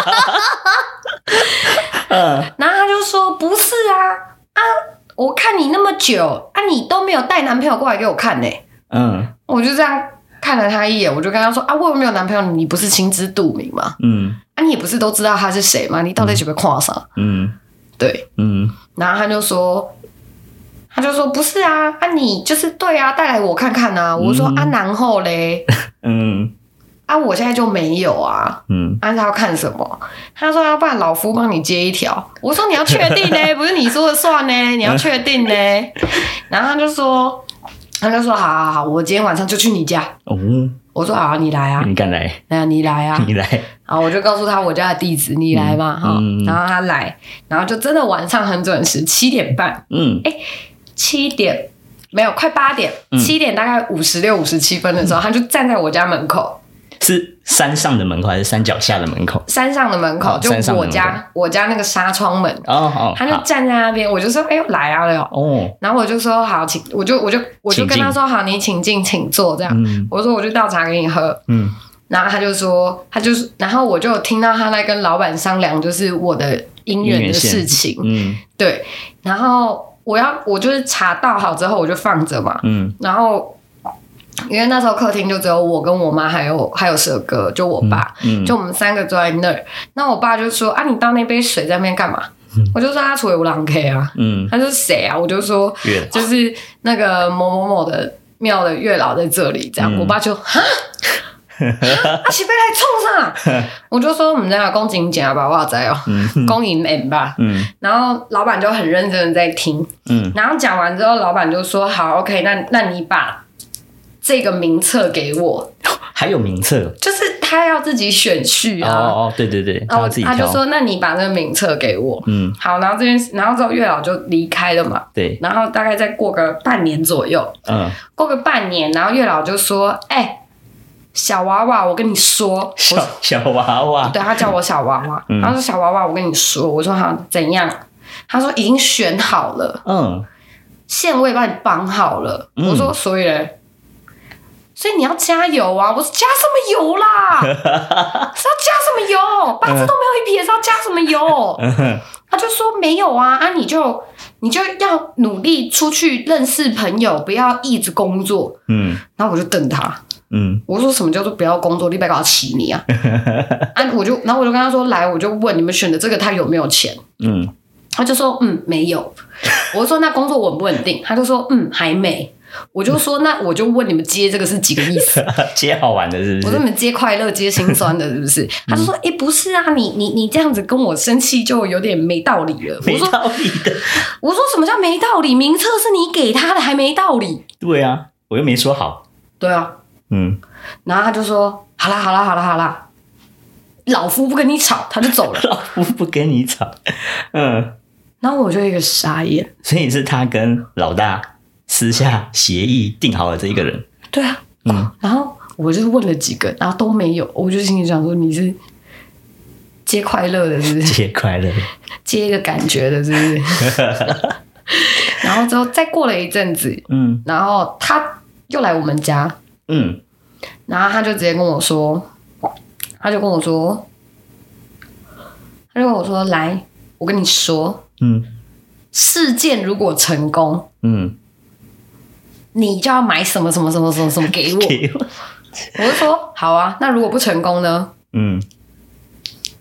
Speaker 4: 嗯，然后他就说不是啊啊，我看你那么久啊，你都没有带男朋友过来给我看呢、欸，嗯，我就这样看了他一眼，我就跟他说啊，我有没有男朋友，你不是心知肚明吗？嗯，啊，你也不是都知道他是谁吗？你到底是不是跨上？嗯，对，嗯，然后他就说。他就说不是啊，啊你就是对啊，带来我看看啊。我说、嗯、啊，然后嘞，嗯。啊，我现在就没有啊，嗯，啊，他要看什么？他说要不然老夫帮你接一条。我说你要确定呢，不是你说了算呢，你要确定呢。然后他就说，他就说好好好，我今天晚上就去你家。哦，我说好，你来啊，
Speaker 5: 你敢来？
Speaker 4: 哎呀，你来啊，
Speaker 5: 你来。
Speaker 4: 好，我就告诉他我家的地址，你来嘛，哈、嗯嗯。然后他来，然后就真的晚上很准时，七点半，嗯，哎、欸，七点没有，快八点，七、嗯、点大概五十六、五十七分的时候，他就站在我家门口。
Speaker 5: 是山上的门口还是山脚下的门口？
Speaker 4: 山上的门口，哦、就我家我家那个纱窗门。哦哦，他就站在那边，我就说：“哎呦，来啊了！”哦，然后我就说：“好，请，我就我就我就跟他说：好，你请进，请坐。”这样，嗯、我说：“我就倒茶给你喝。”嗯，然后他就说：“他就是，然后我就听到他在跟老板商量，就是我的姻缘的事情。嗯，对，然后我要我就是茶倒好之后，我就放着嘛。嗯，然后。因为那时候客厅就只有我跟我妈还有还有蛇哥，就我爸、嗯嗯，就我们三个坐在那儿。那我爸就说：“啊，你倒那杯水在那边干嘛？”嗯、我就说：“他处理无狼 K 啊。”嗯，他说：“谁啊？”我就说：“就是那个某某某的庙的月老在这里。”这样，嗯、我爸就哈，阿喜被来冲上，我就说：“我们在恭敬讲吧，我在哦，恭迎 M 吧。”嗯，然后老板就很认真的在听。嗯，然后讲完之后，老板就说：“好 ，OK， 那那你把。”这个名册给我，
Speaker 5: 还有名册，
Speaker 4: 就是他要自己选序啊。
Speaker 5: 哦哦，对对对，
Speaker 4: 他要自己挑。他就说：“那你把这个名册给我。”嗯，好，然后这件事，然后之后月老就离开了嘛。
Speaker 5: 对，
Speaker 4: 然后大概再过个半年左右，嗯，过个半年，然后月老就说：“哎、欸，小娃娃，我跟你说，
Speaker 5: 小小娃娃，
Speaker 4: 对他叫我小娃娃，嗯、他说小娃娃，我跟你说，我说好怎样？他说已经选好了，嗯，线我也帮你绑好了。嗯、我说所以嘞。”所以你要加油啊！我说加什么油啦？是要加什么油？八字都没有一撇，是要加什么油？他就说没有啊啊！你就你就要努力出去认识朋友，不要一直工作。嗯，然后我就瞪他。嗯，我说什么叫做不要工作？你别搞起你啊！啊，我就然后我就跟他说来，我就问你们选的这个他有没有钱？嗯，他就说嗯没有。我就说那工作稳不稳定？他就说嗯还没。我就说，那我就问你们接这个是几个意思？
Speaker 5: 接好玩的是不是？
Speaker 4: 我说你们接快乐，接心酸的，是不是？嗯、他就说，哎、欸，不是啊，你你你这样子跟我生气就有点没道理了。
Speaker 5: 没道理的。
Speaker 4: 我说什么叫没道理？名册是你给他的，还没道理。
Speaker 5: 对啊，我又没说好。
Speaker 4: 对啊，嗯。然后他就说，好啦好啦好啦好啦，老夫不跟你吵，他就走了。
Speaker 5: 老夫不跟你吵，嗯。
Speaker 4: 然后我就一个傻眼。
Speaker 5: 所以是他跟老大。私下协议定好了这一个人，
Speaker 4: 对啊，嗯，然后我就问了几个，然后都没有，我就心里想说你是接快乐的，是不是？
Speaker 5: 接快乐，
Speaker 4: 接一个感觉的，是不是？然后之后再过了一阵子，嗯，然后他又来我们家，嗯，然后他就直接跟我说，他就跟我说，他就跟我说，来，我跟你说，嗯，事件如果成功，嗯。你就要买什么什么什么什么什么给我，给我我就说好啊。那如果不成功呢？嗯，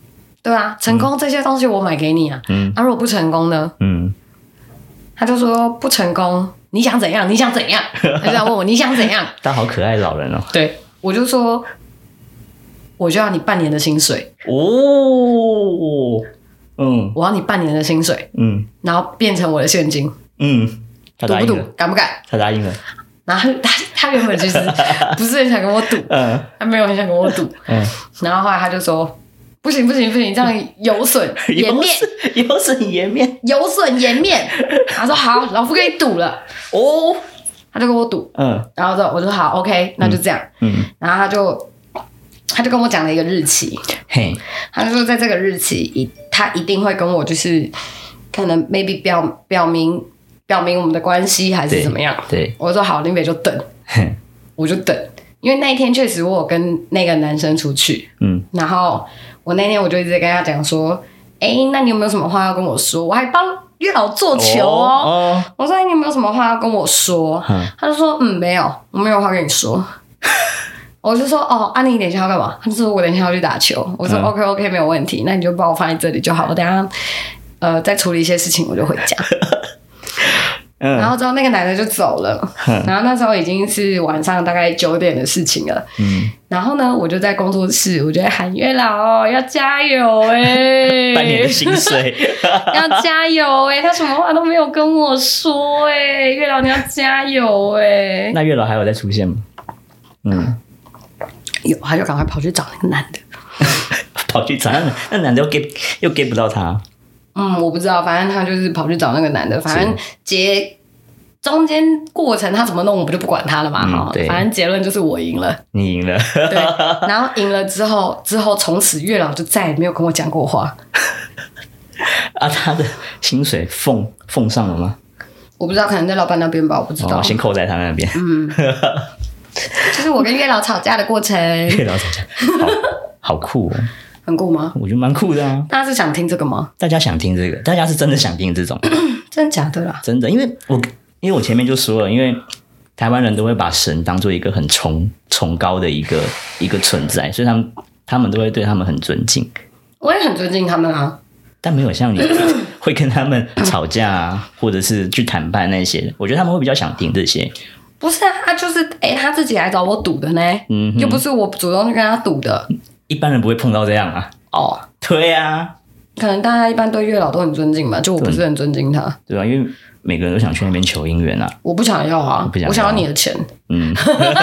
Speaker 4: 对啊，成功这些东西我买给你啊。嗯，啊，如果不成功呢？嗯，他就说不成功，你想怎样？你想怎样？他就这样问我，你想怎样？
Speaker 5: 他好可爱的老人哦。
Speaker 4: 对，我就说，我就要你半年的薪水
Speaker 5: 哦。嗯，
Speaker 4: 我要你半年的薪水。嗯，然后变成我的现金。嗯，
Speaker 5: 他答应了，
Speaker 4: 赌不赌？敢不敢？
Speaker 5: 他答应了。
Speaker 4: 然后他他原本其实不是很想跟我赌，嗯，他没有很想跟我赌，嗯，然后后来他就说不行不行不行，这样有损颜面，
Speaker 5: 有损颜面，
Speaker 4: 有损颜面。他说好，老夫跟你赌了哦，他就跟我赌，嗯，然后我就说好 ，OK， 那就这样，嗯，然后他就他就跟我讲了一个日期，嘿，他就说在这个日期一他一定会跟我就是可能 maybe 表表明。表明我们的关系还是怎么样？
Speaker 5: 对，对，
Speaker 4: 我说好，林北就等，我就等，因为那一天确实我有跟那个男生出去，嗯，然后我那天我就一直在跟他讲说，哎、欸，那你有没有什么话要跟我说？我还帮月老做球哦，哦我说、欸、你有没有什么话要跟我说？嗯、他就说嗯没有，我没有话跟你说。我就说哦，啊你等一下要干嘛？他就说我等一下要去打球。我说、嗯、OK OK 没有问题，那你就把我放在这里就好，我等一下呃再处理一些事情我就回家。然后之后那个男的就走了，然后那时候已经是晚上大概九点的事情了。嗯，然后呢，我就在工作室，我就在喊月老要加油哎、欸，
Speaker 5: 半年的薪水
Speaker 4: 要加油哎、欸，他什么话都没有跟我说哎、欸，月老你要加油哎、欸。
Speaker 5: 那月老还有在出现吗？嗯，
Speaker 4: 有，他就赶快跑去找那个男的，
Speaker 5: 跑去找那那男的又 get 又 get 不到他。
Speaker 4: 嗯，我不知道，反正他就是跑去找那个男的，反正结中间过程他怎么弄，我不就不管他了嘛，哈、嗯，反正结论就是我赢了，
Speaker 5: 你赢了，
Speaker 4: 对，然后赢了之后，之后从此月老就再也没有跟我讲过话。
Speaker 5: 啊，他的薪水奉奉上了吗？
Speaker 4: 我不知道，可能在老板那边吧，我不知道，
Speaker 5: 哦、先扣在他那边，
Speaker 4: 嗯，就是我跟月老吵架的过程，
Speaker 5: 月老吵架，好, 好酷哦。
Speaker 4: 很酷吗？
Speaker 5: 我觉得蛮酷的啊！
Speaker 4: 大家是想听这个吗？
Speaker 5: 大家想听这个，大家是真的想听这种，
Speaker 4: 真的假的啦？
Speaker 5: 真的，因为我因为我前面就说了，因为台湾人都会把神当做一个很崇崇高的一个一个存在，所以他们他们都会对他们很尊敬。
Speaker 4: 我也很尊敬他们啊，
Speaker 5: 但没有像你会跟他们吵架啊，或者是去谈判那些，我觉得他们会比较想听这些。
Speaker 4: 不是啊，他就是哎、欸，他自己来找我赌的呢，嗯，又不是我主动去跟他赌的。
Speaker 5: 一般人不会碰到这样啊！哦，对啊，
Speaker 4: 可能大家一般对月老都很尊敬吧，就我不是很尊敬他，
Speaker 5: 对啊，因为每个人都想去那边求姻缘啊。
Speaker 4: 我不想要啊，我, 想要我想要你的钱。嗯，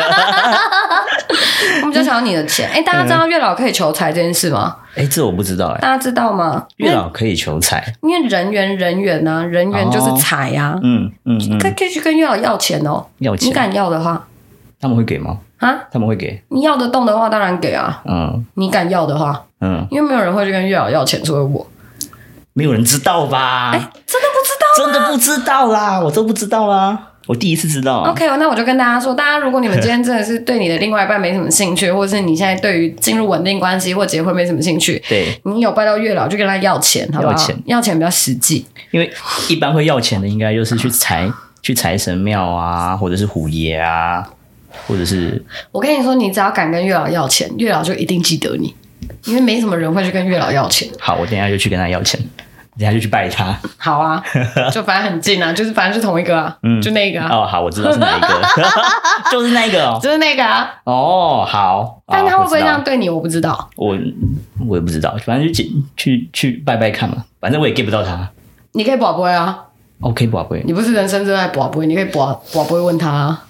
Speaker 4: 我们就想要你的钱。哎、欸，大家知道月老可以求财这件事吗？
Speaker 5: 哎、欸，这我不知道哎、欸。
Speaker 4: 大家知道吗？
Speaker 5: 月老可以求财，
Speaker 4: 因为人缘人缘啊，人缘就是财啊。哦、嗯嗯嗯，可以可以去跟月老要钱哦。
Speaker 5: 要钱，
Speaker 4: 你敢要的话，
Speaker 5: 他们会给吗？啊，他们会给，
Speaker 4: 你要得动的话当然给啊，嗯，你敢要的话，嗯，因为没有人会去跟月老要钱，除了我，
Speaker 5: 没有人知道吧？
Speaker 4: 哎、欸，真的不知道，
Speaker 5: 真的不知道啦，我都不知道啦，我第一次知道、啊。
Speaker 4: OK， 那我就跟大家说，大家如果你们今天真的是对你的另外一半没什么兴趣，或者是你现在对于进入稳定关系或结婚没什么兴趣，
Speaker 5: 对，
Speaker 4: 你有拜到月老就跟他要钱，好不好？要钱，要钱比较实际，
Speaker 5: 因为一般会要钱的应该就是去财去财神庙啊，或者是虎爷啊。或者是
Speaker 4: 我跟你说，你只要敢跟月老要钱，月老就一定记得你，因为没什么人会去跟月老要钱。
Speaker 5: 好，我等一下就去跟他要钱，等一下就去拜他。
Speaker 4: 好啊，就反正很近啊，就是反正是同一个啊，嗯，就那个啊。
Speaker 5: 哦，好，我知道是哪一个，就是那个哦，
Speaker 4: 就是那个啊。
Speaker 5: 哦，好，
Speaker 4: 但他会不会这样对你，我不知道。
Speaker 5: 我我也不知道，反正就去去去拜拜看嘛，反正我也 get 不到他。
Speaker 4: 你可以拔杯啊
Speaker 5: ，OK， 拔杯。
Speaker 4: 你不是人生最爱拔杯，你可以拔拔杯问他啊。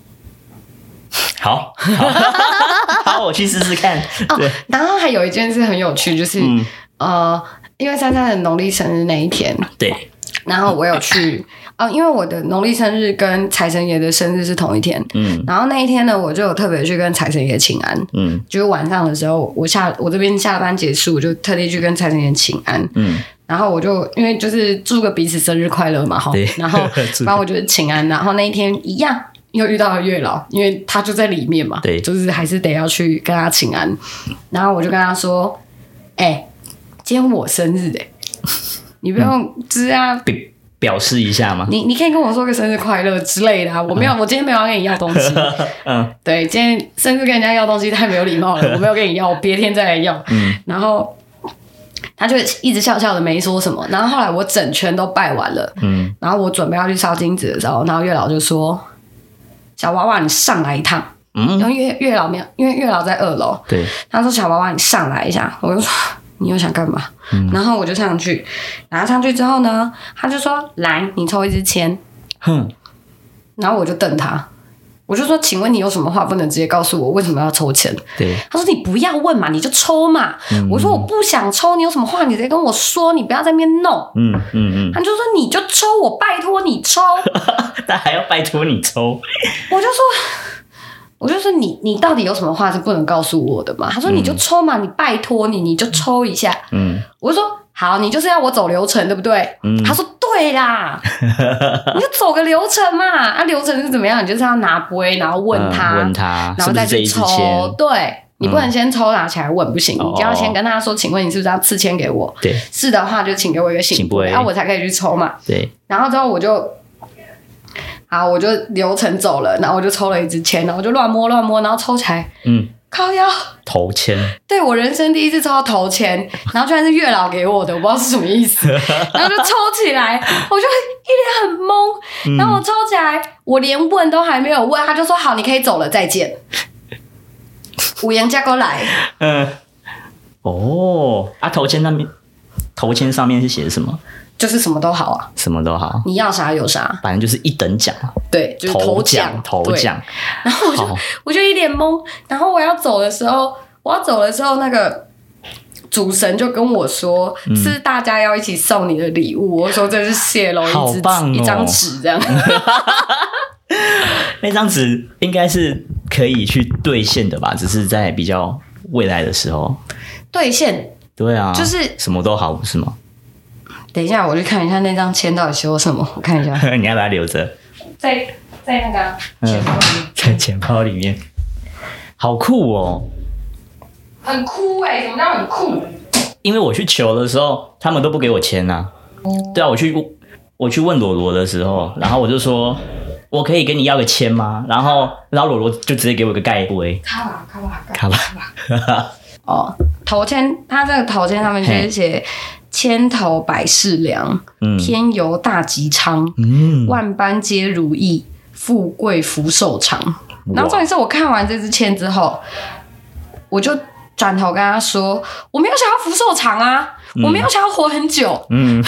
Speaker 5: 好，好，好，我去试试看。
Speaker 4: 哦，然后还有一件事很有趣，就是、嗯、呃，因为珊珊的农历生日那一天，
Speaker 5: 对，
Speaker 4: 然后我有去，呃，因为我的农历生日跟财神爷的生日是同一天，嗯，然后那一天呢，我就有特别去跟财神爷请安，嗯，就是晚上的时候，我下我这边下班结束，我就特地去跟财神爷请安，嗯。然后我就因为就是祝个彼此生日快乐嘛，哈，然后然后我就请安，然后那一天一样又遇到了月老，因为他就在里面嘛，对，就是还是得要去跟他请安。然后我就跟他说：“哎、欸，今天我生日哎、欸，你不用就是啊、
Speaker 5: 嗯、表示一下吗？
Speaker 4: 你你可以跟我说个生日快乐之类的啊。我没有，嗯、我今天没有要跟你要东西。嗯，对，今天生日跟人家要东西太没有礼貌了，我没有跟你要，我别天再来要。嗯，然后。” 他就一直笑笑的没说什么。然后后来我整圈都拜完了，嗯，然后我准备要去烧金纸的时候，然后月老就说：“小娃娃，你上来一趟。”嗯，因为月月老没有，因为月老在二楼，
Speaker 5: 对，
Speaker 4: 他说：“小娃娃，你上来一下。”我就说：“你又想干嘛？”嗯，然后我就上去，然后上去之后呢，他就说：“来，你抽一支签。”哼，然后我就瞪他。我就说，请问你有什么话不能直接告诉我？为什么要抽签？
Speaker 5: 对，
Speaker 4: 他说你不要问嘛，你就抽嘛。嗯、我说我不想抽，你有什么话你直接跟我说，你不要在那边弄。嗯嗯嗯，他就说你就抽，我拜托你抽。
Speaker 5: 他还要拜托你抽，
Speaker 4: 我就说，我就说你你到底有什么话是不能告诉我的嘛？他说你就抽嘛，你拜托你你就抽一下。嗯，我就说。好，你就是要我走流程，对不对？嗯，他说对啦，你就走个流程嘛。啊，流程是怎么样？你就是要拿杯，然后问他，
Speaker 5: 嗯、问他，
Speaker 4: 然后再去抽。是是对，你不能先抽拿起来问，不行，嗯、你就要先跟他说，请问你是不是要赐签给我？对，是的话就请给我一个醒杯，然后我才可以去抽嘛。对，然后之后我就。好，我就流程走了，然后我就抽了一支签，然后我就乱摸乱摸，然后抽起来，嗯，靠腰
Speaker 5: 头签，
Speaker 4: 对我人生第一次抽到头签，然后居然是月老给我的，我不知道是什么意思，然后就抽起来，我就一脸很懵，然后我抽起来，我连问都还没有问，他就说好，你可以走了，再见。五言加过来，
Speaker 5: 嗯，哦，啊，头签那边，头签上面是写什么？
Speaker 4: 就是什么都好啊，
Speaker 5: 什么都好，
Speaker 4: 你要啥有啥，
Speaker 5: 反正就是一等奖，
Speaker 4: 对，就是头奖，
Speaker 5: 头奖。
Speaker 4: 然后我就我就一脸懵，然后我要走的时候，我要走的时候，那个主神就跟我说，嗯、是大家要一起送你的礼物。我说这是泄露一支、
Speaker 5: 哦、
Speaker 4: 一张纸这样。
Speaker 5: 那张纸应该是可以去兑现的吧？只是在比较未来的时候
Speaker 4: 兑现。对啊，就是
Speaker 5: 什么都好，不是吗？
Speaker 4: 等一下，我去看一下那张签到底写我什么。我看一下，
Speaker 5: 你要把它留着，
Speaker 4: 在在那个钱包里面、嗯，
Speaker 5: 在钱包里面，好酷哦，
Speaker 4: 很酷哎、欸！什么叫很酷？
Speaker 5: 因为我去求的时候，他们都不给我签啊。嗯、对啊，我去我去问罗罗的时候，然后我就说，我可以跟你要个签吗？然后然后罗罗就直接给我一个盖杯，
Speaker 4: 卡吧卡吧
Speaker 5: 卡吧。
Speaker 4: 哦，头签，他这个头签上面就是写。千头百事良，嗯、天游大吉昌，嗯、万般皆如意，富贵福寿长。然后重点是我看完这支签之后，我就转头跟他说：“我没有想要福寿长啊，嗯、我没有想要活很久。嗯”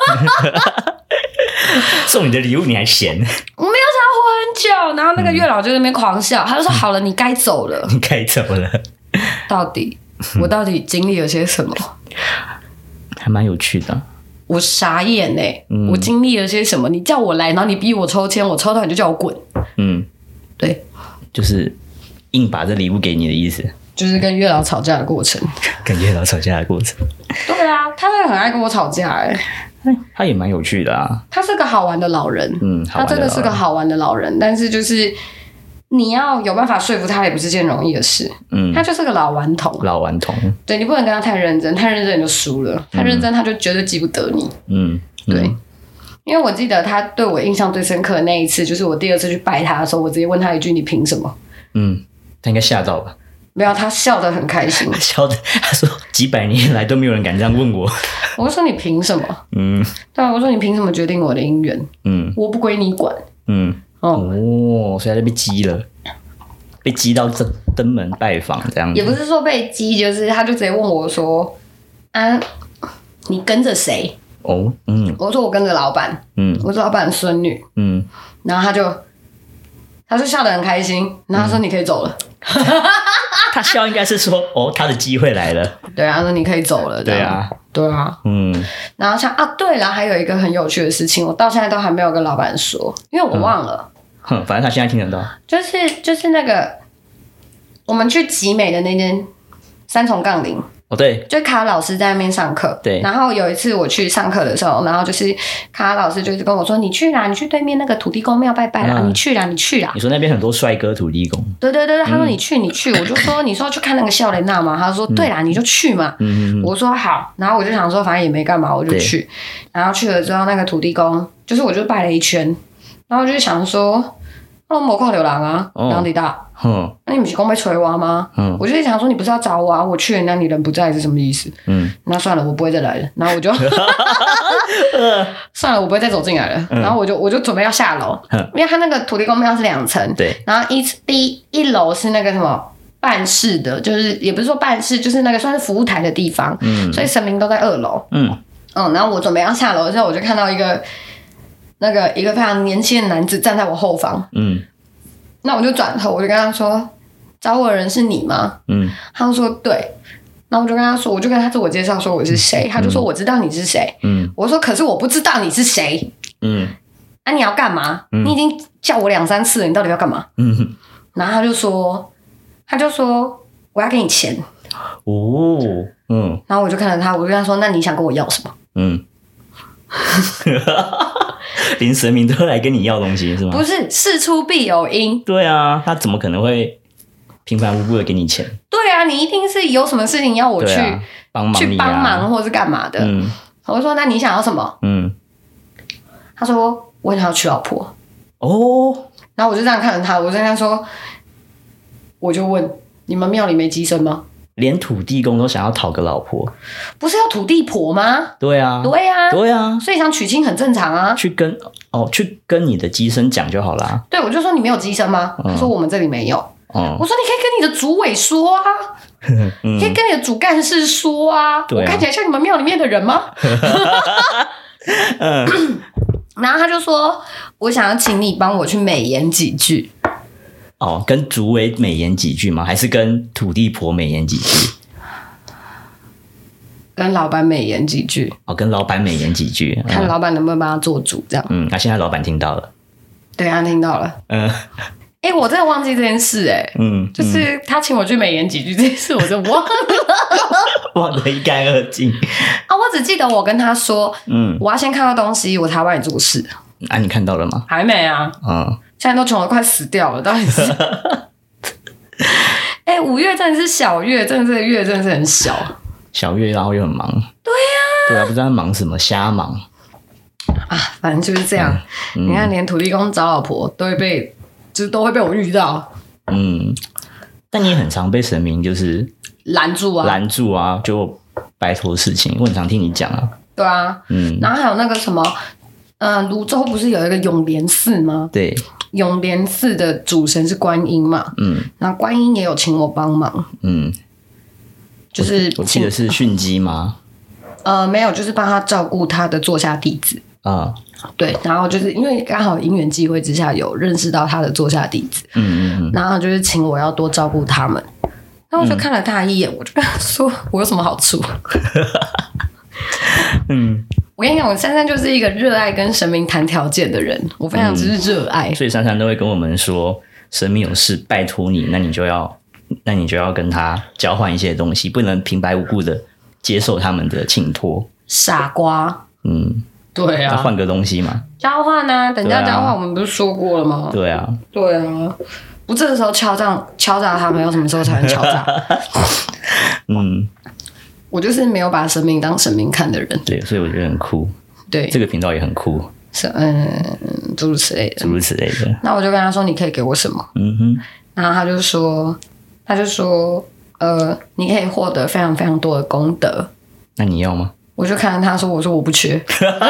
Speaker 5: 送你的礼物你还嫌？
Speaker 4: 我没有想要活很久。然后那个月老就在那边狂笑，他就说：“好了，你该走了，
Speaker 5: 你该走了。”
Speaker 4: 到底我到底经历了些什么？
Speaker 5: 还蛮有趣的，
Speaker 4: 我傻眼哎、欸！嗯、我经历了些什么？你叫我来，然后你逼我抽签，我抽到你就叫我滚。嗯，对，
Speaker 5: 就是硬把这礼物给你的意思，
Speaker 4: 就是跟月老吵架的过程。
Speaker 5: 跟月老吵架的过程。
Speaker 4: 对啊，他真的很爱跟我吵架哎、
Speaker 5: 欸，他也蛮有趣的啊。
Speaker 4: 他是个好玩的老人，嗯，他真的是个好玩的老人，但是就是。你要有办法说服他，也不是件容易的事。嗯，他就是个老顽童。
Speaker 5: 老顽童，
Speaker 4: 对，你不能跟他太认真，太认真你就输了。太认真，他就绝对记不得你。嗯，对。嗯、因为我记得他对我印象最深刻的那一次，就是我第二次去拜他的时候，我直接问他一句：“你凭什么？”
Speaker 5: 嗯，他应该吓到吧？
Speaker 4: 没有，他笑得很开心。
Speaker 5: 笑的，他说：“几百年来都没有人敢这样问我。”
Speaker 4: 我就说：“你凭什么？”嗯，对啊，我说：“你凭什么决定我的姻缘？”嗯，我不归你管。嗯。
Speaker 5: 哦, 哦，所以他就被激了，被激到登登门拜访这样子。
Speaker 4: 也不是说被激，就是他就直接问我说：“啊，你跟着谁？”哦，嗯，我说我跟着老板，嗯，我是老板的孙女，嗯，然后他就他就笑得很开心，然后他说：“你可以走了。嗯”
Speaker 5: 他笑应该是说：“哦，他的机会来了。”
Speaker 4: 对啊，他说你可以走了。
Speaker 5: 对啊，
Speaker 4: 对啊，嗯。然后像啊，对了，还有一个很有趣的事情，我到现在都还没有跟老板说，因为我忘了。
Speaker 5: 哼、嗯，反正他现在听得到。
Speaker 4: 就是就是那个我们去集美的那间三重杠铃。
Speaker 5: 哦，对，
Speaker 4: 就卡老师在那边上课。对，然后有一次我去上课的时候，然后就是卡老师就是跟我说：“你去啦，你去对面那个土地公庙拜拜啦，嗯、你去啦，你去啦。”
Speaker 5: 你说那边很多帅哥土地公。
Speaker 4: 对对对，他说你去你去，我就说你说要去看那个笑莲娜嘛，他说对啦，你就去嘛。嗯、我说好，然后我就想说反正也没干嘛，我就去。然后去了之后，那个土地公就是我就拜了一圈，然后我就想说。哦，我看流浪啊，人伫搭，
Speaker 5: 嗯，
Speaker 4: 那你不是公被催挖吗？嗯，我就想说你不是要找我啊，我去了，那你人不在是什么意思？嗯，那算了，我不会再来了。然后我就算了，我不会再走进来了。嗯、然后我就我就准备要下楼，嗯、因为他那个土地公庙是两层，
Speaker 5: 对，
Speaker 4: 然后一第一一楼是那个什么办事的，就是也不是说办事，就是那个算是服务台的地方，嗯，所以神明都在二楼，嗯嗯，然后我准备要下楼的时候，我就看到一个那个一个非常年轻的男子站在我后方，嗯。那我就转头，我就跟他说：“找我的人是你吗？”嗯，他就说：“对。”然后我就跟他说，我就跟他自我介绍说我是谁，他就说：“我知道你是谁。”嗯，我说：“可是我不知道你是谁。”嗯，那、啊、你要干嘛？嗯、你已经叫我两三次了，你到底要干嘛？嗯，然后他就说：“他就说我要给你钱。”哦，嗯，然后我就看着他，我就跟他说：“那你想跟我要什么？”嗯。
Speaker 5: 连神明都来跟你要东西是吗？
Speaker 4: 不是，事出必有因。
Speaker 5: 对啊，他怎么可能会平白无故的给你钱？
Speaker 4: 对啊，你一定是有什么事情要我去
Speaker 5: 帮忙、啊，
Speaker 4: 去帮忙或是干嘛的。嗯，我就说那你想要什么？嗯，他说我想要娶老婆。哦，然后我就这样看着他，我就跟他说，我就问你们庙里没乩身吗？
Speaker 5: 连土地公都想要讨个老婆，不
Speaker 4: 是要土地婆吗？
Speaker 5: 对啊，
Speaker 4: 对啊，
Speaker 5: 对啊，
Speaker 4: 所以想娶亲很正常啊。
Speaker 5: 去跟哦，去跟你的乩身讲就好啦。
Speaker 4: 对，我就说你没有乩身吗？嗯、他说我们这里没有。嗯、我说你可以跟你的主委说啊，嗯、你可以跟你的主干事说啊。我看起来像你们庙里面的人吗？嗯、然后他就说，我想要请你帮我去美言几句。
Speaker 5: 哦，跟主委美言几句吗？还是跟土地婆美言几句？
Speaker 4: 跟老板美言几句。
Speaker 5: 哦，跟老板美言几句，嗯、
Speaker 4: 看老板能不能帮他做主，这样。
Speaker 5: 嗯，那、啊、现在老板听到了。
Speaker 4: 对啊，听到了。嗯，哎、欸，我真的忘记这件事、欸，哎，嗯，就是他请我去美言几句这件事，我就忘了，
Speaker 5: 忘得一干二净。
Speaker 4: 啊，我只记得我跟他说，嗯，我要先看到东西，我才帮你做事。
Speaker 5: 啊，你看到了吗？
Speaker 4: 还没啊。嗯。现在都穷得快死掉了，到底是？哎、欸，五月真的是小月，真的这个月真的是很小。
Speaker 5: 小月，然后又很忙。
Speaker 4: 对呀、啊，
Speaker 5: 对啊，不知道在忙什么，瞎忙
Speaker 4: 啊，反正就是这样。嗯、你看，连土地公找老婆都会被，就是都会被我遇到。嗯，
Speaker 5: 但你也很常被神明就是
Speaker 4: 拦住啊，
Speaker 5: 拦住啊，就拜托事情。我很常听你讲啊。
Speaker 4: 对啊，嗯，然后还有那个什么。嗯，泸州不是有一个永莲寺吗？
Speaker 5: 对，
Speaker 4: 永莲寺的主神是观音嘛，嗯，然后观音也有请我帮忙，嗯，就是
Speaker 5: 我记得是训鸡吗？
Speaker 4: 呃，没有，就是帮他照顾他的座下弟子啊，对，然后就是因为刚好因缘际会之下有认识到他的座下弟子，嗯嗯嗯，然后就是请我要多照顾他们，然后我就看了他一眼，我就跟他说我有什么好处？嗯。我跟你讲，我珊珊就是一个热爱跟神明谈条件的人，我非常之热爱、
Speaker 5: 嗯，所以珊珊都会跟我们说，神明有事拜托你，那你就要，那你就要跟他交换一些东西，不能平白无故的接受他们的请托。
Speaker 4: 傻瓜，嗯，对啊，
Speaker 5: 换个东西嘛，
Speaker 4: 交换啊，等价交换，我们不是说过了吗？
Speaker 5: 对啊，
Speaker 4: 对啊，不这个时候敲诈敲诈他们，要什么时候才能敲诈？嗯。我就是没有把神明当神明看的人，
Speaker 5: 对，所以我觉得很酷。
Speaker 4: 对，
Speaker 5: 这个频道也很酷，
Speaker 4: 是嗯，诸如此类的，
Speaker 5: 诸如此类的。
Speaker 4: 那我就跟他说：“你可以给我什么？”嗯哼，然后他就说：“他就说，呃，你可以获得非常非常多的功德。”
Speaker 5: 那你要吗？
Speaker 4: 我就看着他说：“我说我不缺，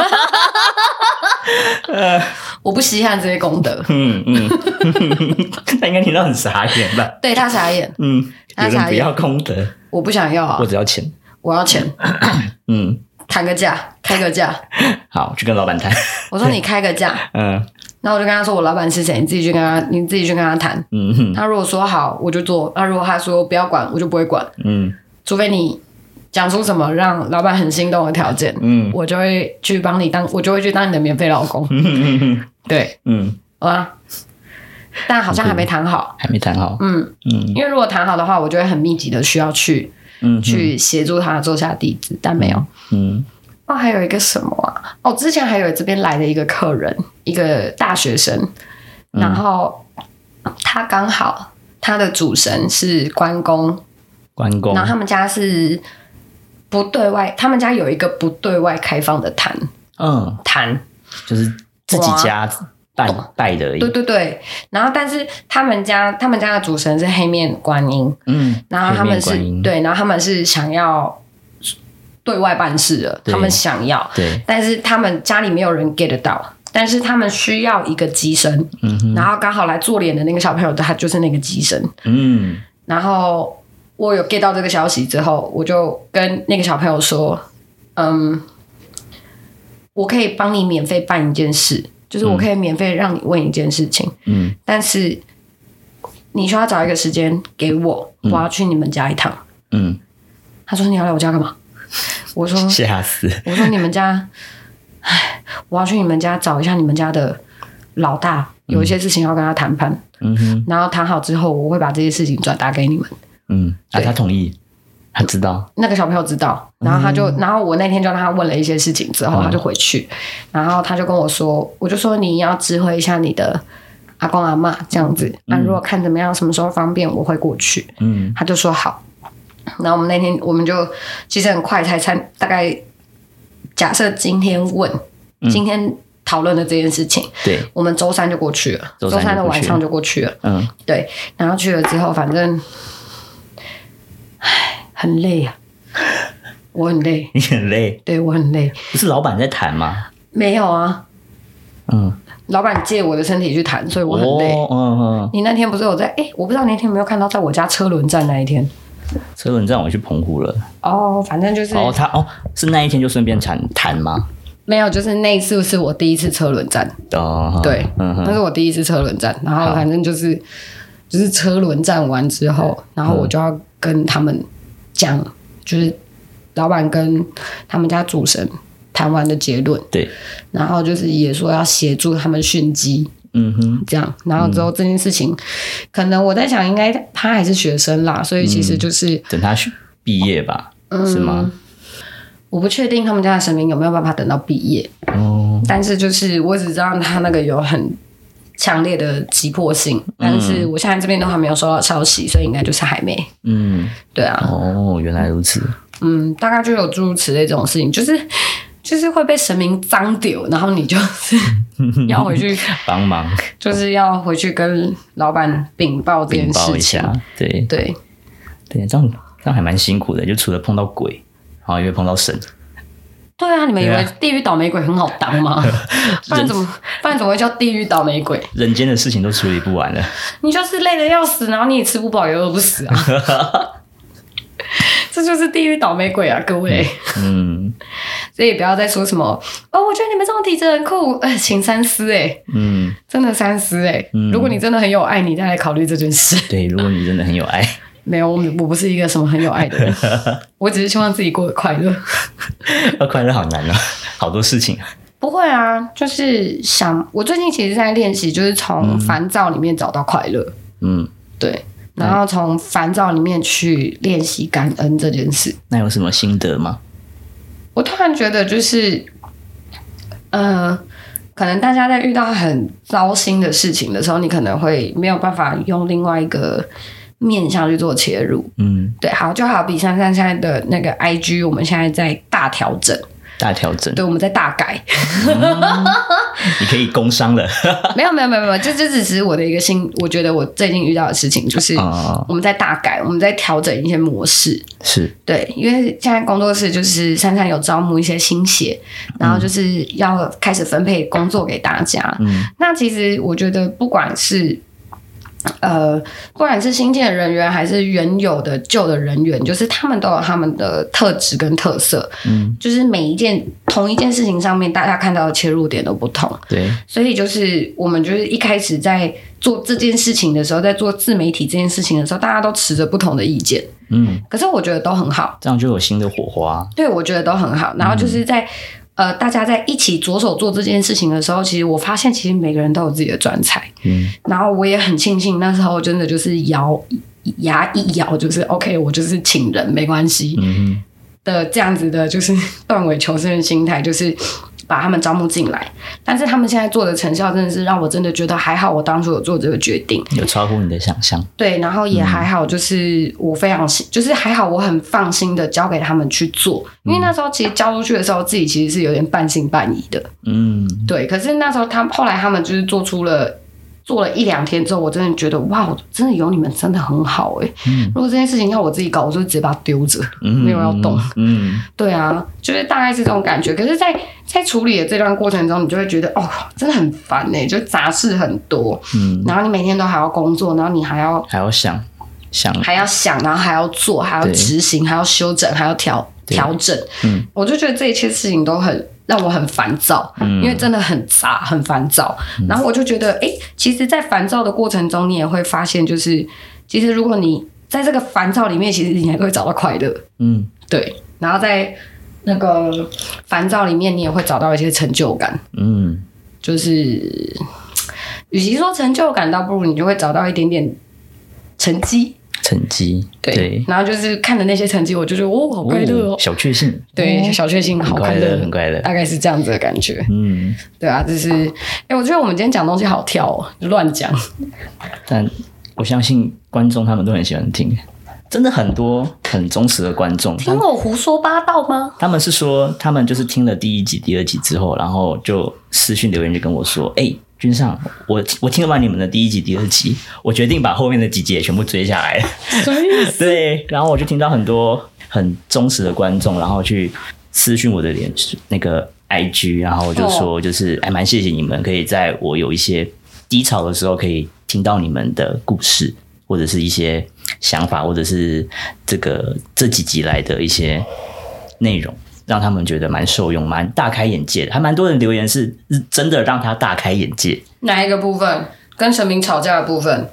Speaker 4: 我不稀罕这些功德。”嗯嗯，
Speaker 5: 他应该听到很傻眼吧？
Speaker 4: 对他傻眼。嗯，
Speaker 5: 有人不要功德，
Speaker 4: 我不想要啊，
Speaker 5: 我只要钱。
Speaker 4: 我要钱，嗯，谈个价，开个价，
Speaker 5: 好，去跟老板谈。
Speaker 4: 我说你开个价，嗯，然后我就跟他说我老板是谁，你自己去跟他，你自己去跟他谈。嗯哼，他如果说好，我就做；那如果他说不要管，我就不会管。嗯，除非你讲出什么让老板很心动的条件，嗯，我就会去帮你当，我就会去当你的免费劳工。嗯对，嗯，啊，但好像还没谈好，
Speaker 5: 还没谈好。嗯
Speaker 4: 嗯，因为如果谈好的话，我就会很密集的需要去。嗯，去协助他做下弟子，但没有。嗯，哦，还有一个什么啊？哦，之前还有这边来的一个客人，一个大学生，嗯、然后他刚好他的主神是关公，
Speaker 5: 关公，
Speaker 4: 然后他们家是不对外，他们家有一个不对外开放的坛，嗯，坛
Speaker 5: 就是自己家拜拜的而已。
Speaker 4: 对对对，然后但是他们家他们家的主神是黑面观音，嗯，然后他们是对，然后他们是想要对外办事的，他们想要，
Speaker 5: 对，
Speaker 4: 但是他们家里没有人 get 得到。但是他们需要一个机身，嗯，然后刚好来做脸的那个小朋友，他就是那个机身，嗯，然后我有 get 到这个消息之后，我就跟那个小朋友说，嗯，我可以帮你免费办一件事，就是我可以免费让你问一件事情，嗯，但是你需要找一个时间给我，我要去你们家一趟，嗯，他说你要来我家干嘛？我说
Speaker 5: 吓死，
Speaker 4: 我说你们家。唉，我要去你们家找一下你们家的老大，有一些事情要跟他谈判。嗯哼，然后谈好之后，我会把这些事情转达给你们。
Speaker 5: 嗯，啊，他同意，他知道，
Speaker 4: 那个小朋友知道，然后他就，嗯、然后我那天就让他问了一些事情之后，他就回去，嗯、然后他就跟我说，我就说你要知会一下你的阿公阿嬷这样子，那、嗯啊、如果看怎么样，什么时候方便，我会过去。嗯，他就说好。然后我们那天我们就其实很快才参，大概。假设今天问，嗯、今天讨论的这件事情，
Speaker 5: 对，
Speaker 4: 我们周三就过去了，周三的晚上就过去了，嗯，对，然后去了之后，反正，唉，很累啊，我很累，
Speaker 5: 你很累，
Speaker 4: 对我很累，
Speaker 5: 不是老板在谈吗？
Speaker 4: 没有啊，嗯，老板借我的身体去谈，所以我很累，哦、嗯嗯，你那天不是有在？哎，我不知道你那天有没有看到，在我家车轮战那一天。
Speaker 5: 车轮战我去澎湖了
Speaker 4: 哦，反正就是
Speaker 5: 哦，他哦是那一天就顺便谈谈吗？
Speaker 4: 没有，就是那一次是我第一次车轮战哦，对，嗯、那是我第一次车轮战，然后反正就是就是车轮战完之后，然后我就要跟他们讲，就是老板跟他们家主神谈完的结论，
Speaker 5: 对，
Speaker 4: 然后就是也说要协助他们训鸡。嗯哼，这样，然后之后这件事情，嗯、可能我在想，应该他还是学生啦，所以其实就是、
Speaker 5: 嗯、等他毕业吧，嗯、是吗？
Speaker 4: 我不确定他们家的神明有没有办法等到毕业，哦，但是就是我只知道他那个有很强烈的急迫性，嗯、但是我现在这边都还没有收到消息，所以应该就是还没，嗯，对啊，
Speaker 5: 哦，原来如此，
Speaker 4: 嗯，大概就有诸如此类这种事情，就是。就是会被神明脏丢，然后你就是要回去
Speaker 5: 帮忙，
Speaker 4: 就是要回去跟老板禀报这件事情。禀报一下，
Speaker 5: 对
Speaker 4: 对
Speaker 5: 对，这样这样还蛮辛苦的，就除了碰到鬼，然后也会碰到神。
Speaker 4: 对啊，你们以为地狱倒霉鬼很好当吗？不然怎么不然怎么会叫地狱倒霉鬼？
Speaker 5: 人间的事情都处理不完了，
Speaker 4: 你就是累得要死，然后你也吃不饱也饿不死啊。这就是地狱倒霉鬼啊，各位。嗯，所以不要再说什么哦，我觉得你们这种体质很酷，呃，请三思哎。嗯，真的三思哎。嗯，如果你真的很有爱，你再来考虑这件事。
Speaker 5: 对，如果你真的很有爱，
Speaker 4: 没有，我我不是一个什么很有爱的人，我只是希望自己过得快乐。
Speaker 5: 要快乐好难啊，好多事情。
Speaker 4: 不会啊，就是想我最近其实在练习，就是从烦躁里面找到快乐。嗯，对。然后从烦躁里面去练习感恩这件事。
Speaker 5: 那有什么心得吗？
Speaker 4: 我突然觉得就是，呃，可能大家在遇到很糟心的事情的时候，你可能会没有办法用另外一个面向去做切入。嗯，对，好，就好比珊珊现在的那个 I G， 我们现在在大调整。
Speaker 5: 大调整，
Speaker 4: 对，我们在大改。
Speaker 5: 嗯、你可以工商了。
Speaker 4: 没有没有没有没有，这这只是我的一个新，我觉得我最近遇到的事情，就是我们在大改，我们在调整一些模式。
Speaker 5: 是，
Speaker 4: 对，因为现在工作室就是珊珊有招募一些新血，然后就是要开始分配工作给大家。嗯，那其实我觉得不管是。呃，不管是新进的人员还是原有的旧的人员，就是他们都有他们的特质跟特色。嗯，就是每一件同一件事情上面，大家看到的切入点都不同。
Speaker 5: 对，
Speaker 4: 所以就是我们就是一开始在做这件事情的时候，在做自媒体这件事情的时候，大家都持着不同的意见。嗯，可是我觉得都很好，
Speaker 5: 这样就有新的火花。
Speaker 4: 对，我觉得都很好。然后就是在。嗯呃，大家在一起着手做这件事情的时候，其实我发现，其实每个人都有自己的专才。嗯，然后我也很庆幸，那时候真的就是咬牙一咬，就是 OK， 我就是请人没关系、嗯、的这样子的，就是断尾求生的心态，就是把他们招募进来，但是他们现在做的成效真的是让我真的觉得还好，我当初有做这个决定，
Speaker 5: 有超乎你的想象。
Speaker 4: 对，然后也还好，就是我非常、嗯、就是还好，我很放心的交给他们去做，因为那时候其实交出去的时候，自己其实是有点半信半疑的。嗯，对。可是那时候他后来他们就是做出了。做了一两天之后，我真的觉得哇，真的有你们真的很好哎、欸嗯。如果这件事情要我自己搞，我就直接把它丢着、嗯，没有要动。嗯，对啊，就是大概是这种感觉。可是在，在在处理的这段过程中，你就会觉得哦，真的很烦哎、欸，就杂事很多。嗯，然后你每天都还要工作，然后你还要
Speaker 5: 还要想想，
Speaker 4: 还要想，然后还要做，还要执行，还要修整，还要调调整。嗯，我就觉得这一切事情都很。让我很烦躁、嗯，因为真的很杂，很烦躁。嗯、然后我就觉得，哎、欸，其实，在烦躁的过程中，你也会发现，就是其实如果你在这个烦躁里面，其实你还会找到快乐。嗯，对。然后在那个烦躁里面，你也会找到一些成就感。嗯，就是与其说成就感，倒不如你就会找到一点点成绩。
Speaker 5: 成绩 对, 对，
Speaker 4: 然后就是看的那些成绩，我就觉得哦，好快乐哦，
Speaker 5: 小确幸，
Speaker 4: 对，哦、小确幸，好快乐，
Speaker 5: 很快乐，
Speaker 4: 大概是这样子的感觉。嗯，对啊，就是，哎、欸，我觉得我们今天讲东西好跳哦，乱讲。
Speaker 5: 但我相信观众他们都很喜欢听，真的很多很忠实的观众。
Speaker 4: 听我胡说八道吗？
Speaker 5: 他们是说，他们就是听了第一集、第二集之后，然后就私讯留言就跟我说，哎、欸。君上，我我听完你们的第一集、第二集，我决定把后面的几集也全部追下来。
Speaker 4: 什么意思？
Speaker 5: 对，然后我就听到很多很忠实的观众，然后去私讯我的脸那个 I G， 然后就说就是还蛮谢谢你们，可以在我有一些低潮的时候，可以听到你们的故事，或者是一些想法，或者是这个这几集来的一些内容。让他们觉得蛮受用，蛮大开眼界的，还蛮多人留言是真的让他大开眼界。
Speaker 4: 哪一个部分？跟神明吵架的部分？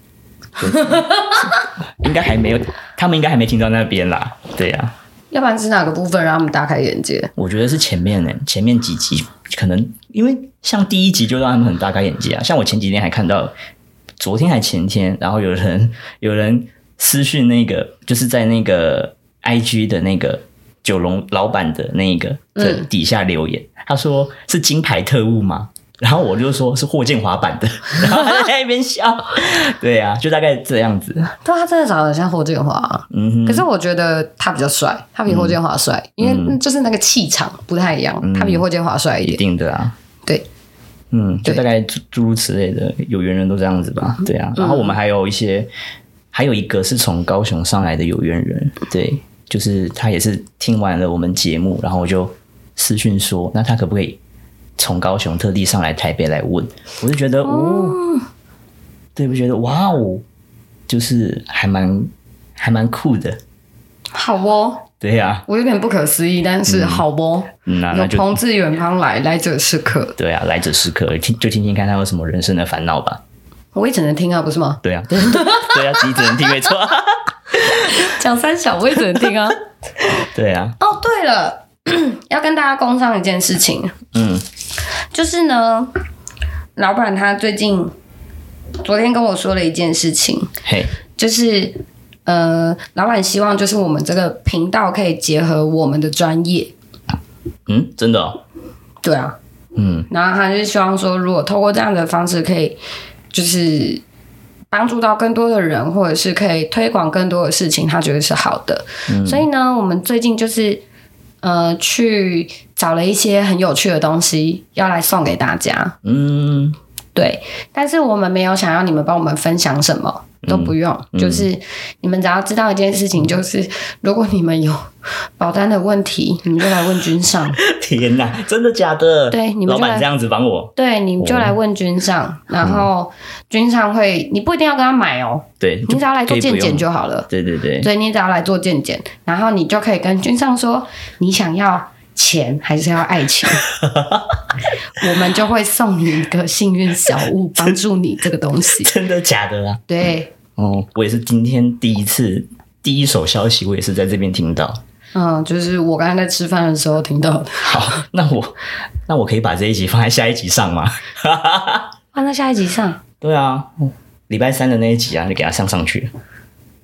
Speaker 5: 应该还没有，他们应该还没听到那边啦。对啊，
Speaker 4: 要不然是哪个部分让他们大开眼界？
Speaker 5: 我觉得是前面呢、欸，前面几集可能因为像第一集就让他们很大开眼界啊。像我前几天还看到，昨天还前天，然后有人有人私讯那个，就是在那个 I G 的那个。九龙老板的那个的底下留言、嗯，他说是金牌特务吗？然后我就说是霍建华版的，然后他在那边笑。对啊，就大概这样子。
Speaker 4: 对，他真的长得像霍建华，嗯，可是我觉得他比较帅，他比霍建华帅、嗯，因为就是那个气场不太一样、嗯，他比霍建华帅一点。
Speaker 5: 一定的啊，
Speaker 4: 对，
Speaker 5: 嗯，就大概诸如此类的，有缘人都这样子吧，对啊。然后我们还有一些，还有一个是从高雄上来的有缘人，对。就是他也是听完了我们节目，然后我就私讯说，那他可不可以从高雄特地上来台北来问？我就觉得，哦，对，我觉得哇哦，就是还蛮还蛮酷的。
Speaker 4: 好哦，
Speaker 5: 对呀、啊，
Speaker 4: 我有点不可思议，但是好哦，
Speaker 5: 嗯啊、
Speaker 4: 有朋自远方来，来者是客。
Speaker 5: 对啊，来者是客，听就听听看他有什么人生的烦恼吧。
Speaker 4: 我也只能听啊，不是吗？
Speaker 5: 对啊，对啊，自己只能听，没错。
Speaker 4: 讲三小我也只能听啊。
Speaker 5: 对啊。
Speaker 4: 哦，对了，要跟大家工商一件事情。嗯，就是呢，老板他最近昨天跟我说了一件事情，嘿，就是呃，老板希望就是我们这个频道可以结合我们的专业。
Speaker 5: 嗯，真的哦？
Speaker 4: 对啊。嗯，然后他就希望说，如果透过这样的方式，可以就是帮助到更多的人，或者是可以推广更多的事情，他觉得是好的。嗯、所以呢，我们最近就是呃去找了一些很有趣的东西要来送给大家。嗯，对，但是我们没有想要你们帮我们分享什么。都不用、嗯，就是你们只要知道一件事情，就是如果你们有保单的问题，你们就来问君上。
Speaker 5: 天哪，真的假的？
Speaker 4: 对，你们
Speaker 5: 老板这样子帮我，
Speaker 4: 对，你们就来问君上，哦、然后君上会，你不一定要跟他买哦，
Speaker 5: 对，
Speaker 4: 你只要来做健检就好了。
Speaker 5: 对对对，
Speaker 4: 所以你只要来做健检，然后你就可以跟君上说，你想要钱还是要爱情，我们就会送你一个幸运小物，帮助你这个东西。
Speaker 5: 真的假的啊？
Speaker 4: 对。
Speaker 5: 哦，我也是今天第一次第一手消息，我也是在这边听到。
Speaker 4: 嗯，就是我刚才在吃饭的时候听到的。
Speaker 5: 好，那我那我可以把这一集放在下一集上吗？
Speaker 4: 放在下一集上？
Speaker 5: 对啊，礼拜三的那一集啊，就给它上上去。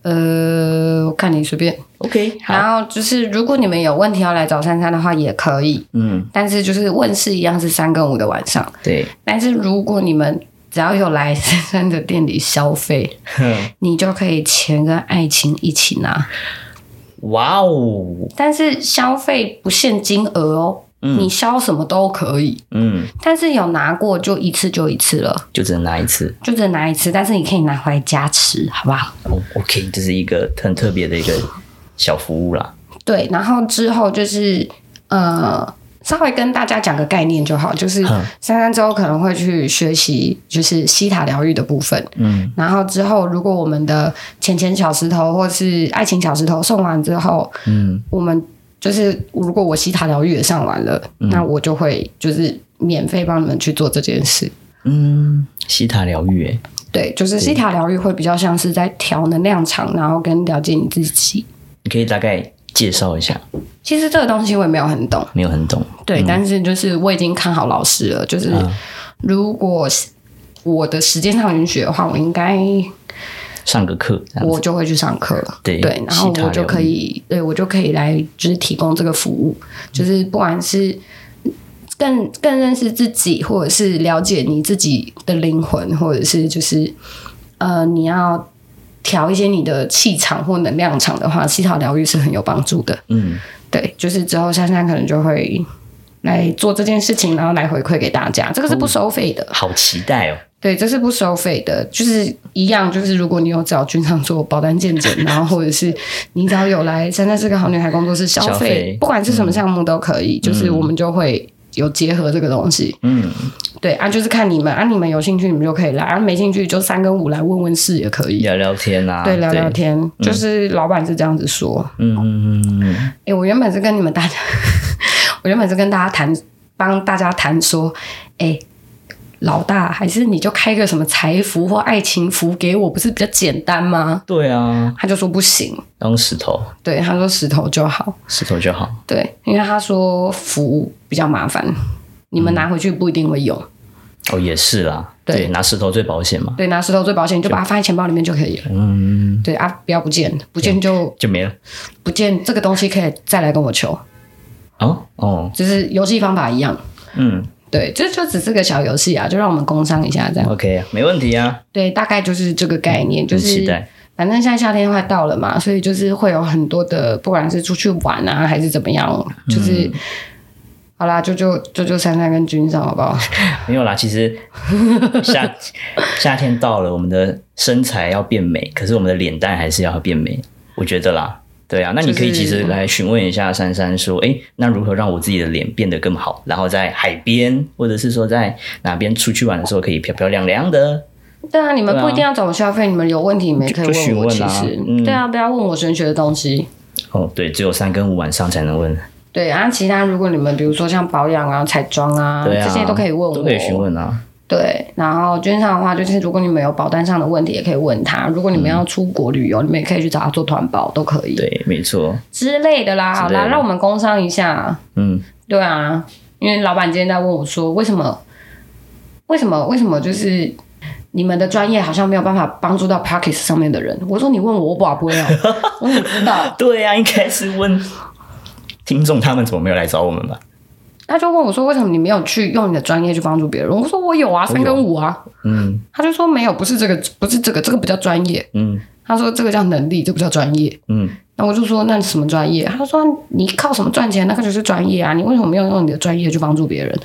Speaker 4: 呃，我看你随便。
Speaker 5: OK， 好。
Speaker 4: 然后就是，如果你们有问题要来找珊珊的话，也可以。嗯，但是就是问事一样是三跟五的晚上。
Speaker 5: 对。
Speaker 4: 但是如果你们只要有来珊珊的店里消费，你就可以钱跟爱情一起拿。
Speaker 5: 哇哦！
Speaker 4: 但是消费不限金额哦。嗯、你消什么都可以，嗯，但是有拿过就一次就一次了，
Speaker 5: 就只能拿一次，
Speaker 4: 就只能拿一次，但是你可以拿回来加持，好不好？
Speaker 5: 哦 ，OK， 这是一个很特别的一个小服务啦。
Speaker 4: 对，然后之后就是呃，稍微跟大家讲个概念就好，就是珊珊之后可能会去学习，就是西塔疗愈的部分，嗯，然后之后如果我们的钱钱小石头或是爱情小石头送完之后，嗯，我们。就是如果我西塔疗愈也上完了、嗯，那我就会就是免费帮你们去做这件事。
Speaker 5: 嗯，西塔疗愈，哎，
Speaker 4: 对，就是西塔疗愈会比较像是在调能量场，然后跟了解你自己。
Speaker 5: 你可以大概介绍一下。
Speaker 4: 其实这个东西我也没有很懂，
Speaker 5: 没有很懂。
Speaker 4: 对，嗯、但是就是我已经看好老师了，就是如果我的时间上允许的话，我应该。
Speaker 5: 上个课，
Speaker 4: 我就会去上课，对对，然后我就可以，对我就可以来，就是提供这个服务，就是不管是更更认识自己，或者是了解你自己的灵魂，或者是就是呃，你要调一些你的气场或能量场的话，西塔疗愈是很有帮助的。嗯，对，就是之后珊珊可能就会来做这件事情，然后来回馈给大家，这个是不收费的，
Speaker 5: 好期待哦。
Speaker 4: 对，这是不收费的，就是一样，就是如果你有找君上做保单健检，然后或者是你只要有来珊珊是个好女孩工作室消费，消费不管是什么项目都可以、嗯，就是我们就会有结合这个东西。嗯，对啊，就是看你们啊，你们有兴趣你们就可以来，啊没兴趣就三跟五来问问事也可以，
Speaker 5: 聊聊天啊，
Speaker 4: 对，聊聊天，就是老板是这样子说。嗯嗯嗯嗯，哎、欸，我原本是跟你们大家，我原本是跟大家谈，帮大家谈说，哎、欸。老大，还是你就开个什么财福或爱情福给我，不是比较简单吗？
Speaker 5: 对啊，
Speaker 4: 他就说不行，
Speaker 5: 当石头。对，
Speaker 4: 他说石头就好，
Speaker 5: 石头就好。
Speaker 4: 对，因为他说福比较麻烦，你们拿回去不一定会用。
Speaker 5: 嗯、哦，也是啦。对，对，拿石头最保险嘛。
Speaker 4: 对，拿石头最保险，你就把它放在钱包里面就可以了。嗯，对啊，不要不见，不见就
Speaker 5: 就没了。
Speaker 4: 不见这个东西可以再来跟我求。
Speaker 5: 哦哦，
Speaker 4: 就是游戏方法一样。嗯。对，这就只是个小游戏啊，就让我们工商一下这样。
Speaker 5: OK， 没问题啊。
Speaker 4: 对，大概就是这个概念，就是
Speaker 5: 期待。
Speaker 4: 反正现在夏天快到了嘛，所以就是会有很多的，不管是出去玩啊，还是怎么样，就是、嗯、好啦，就就就就珊珊跟君上好不好？
Speaker 5: 没有啦，其实夏夏天到了，我们的身材要变美，可是我们的脸蛋还是要变美，我觉得啦。对啊，那你可以其实来询问一下珊珊说，哎、就是，那如何让我自己的脸变得更好？然后在海边，或者是说在哪边出去玩的时候，可以漂漂亮亮的。
Speaker 4: 对啊，你们不一定要找我消费，你们有问题你们也可以问我。其实，嗯、对啊，不要问我玄学的东西。
Speaker 5: 哦，对，只有三跟五晚上才能问。
Speaker 4: 对啊，其他如果你们比如说像保养啊、彩妆啊，这些都可以问我，
Speaker 5: 都可以询问啊。
Speaker 4: 对，然后君上的话，就是如果你们有保单上的问题，也可以问他。如果你们要出国旅游，嗯、你们也可以去找他做团保，都可以。
Speaker 5: 对，没错。
Speaker 4: 之类的啦，好啦，让我们工商一下。嗯，对啊，因为老板今天在问我说，为什么，为什么，为什么就是你们的专业好像没有办法帮助到 Podcast 上面的人？我说你问我，我不不会啊，我怎么知道？
Speaker 5: 对啊，应该是问听众他们怎么没有来找我们吧。
Speaker 4: 他就问我说：“为什么你没有去用你的专业去帮助别人？”我说：“我有啊，三跟五啊。”嗯，他就说：“没有，不是这个，不是这个，这个比较专业。”嗯，他说：“这个叫能力，这不叫专业。”嗯，那我就说：“那什么专业？”他说：“你靠什么赚钱？那个就是专业啊！你为什么没有用你的专业去帮助别人？”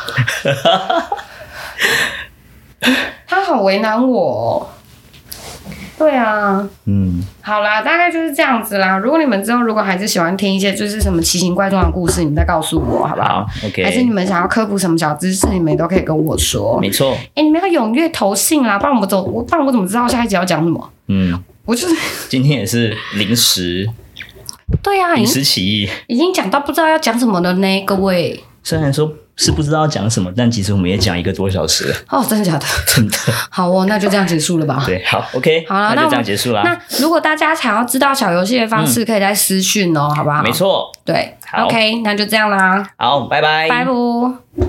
Speaker 4: 他好为难我哦。对啊，嗯，好啦，大概就是这样子啦。如果你们之后如果还是喜欢听一些就是什么奇形怪状的故事，你们再告诉我好不好？好 ，OK。还是你们想要科普什么小知识，你们都可以跟我说。
Speaker 5: 没错。
Speaker 4: 哎、欸，你们要踊跃投信啦，不然我怎我不然我怎么知道下一集要讲什么？嗯，我就是
Speaker 5: 今天也是临时，
Speaker 4: 对啊，
Speaker 5: 临时起意，
Speaker 4: 已经讲到不知道要讲什么了呢，各位。
Speaker 5: 虽然说是不知道讲什么，但其实我们也讲一个多小时了。
Speaker 4: 哦，真的假的？
Speaker 5: 真的。
Speaker 4: 好哦，那就这样结束了吧。
Speaker 5: 对，好 ，OK，
Speaker 4: 好了，
Speaker 5: 那就这样结束啦。
Speaker 4: 那如果大家想要知道小游戏的方式，嗯、可以在私讯哦，好不好？
Speaker 5: 没错。
Speaker 4: 对 ，OK， 那就这样啦。
Speaker 5: 好，拜拜，
Speaker 4: 拜拜。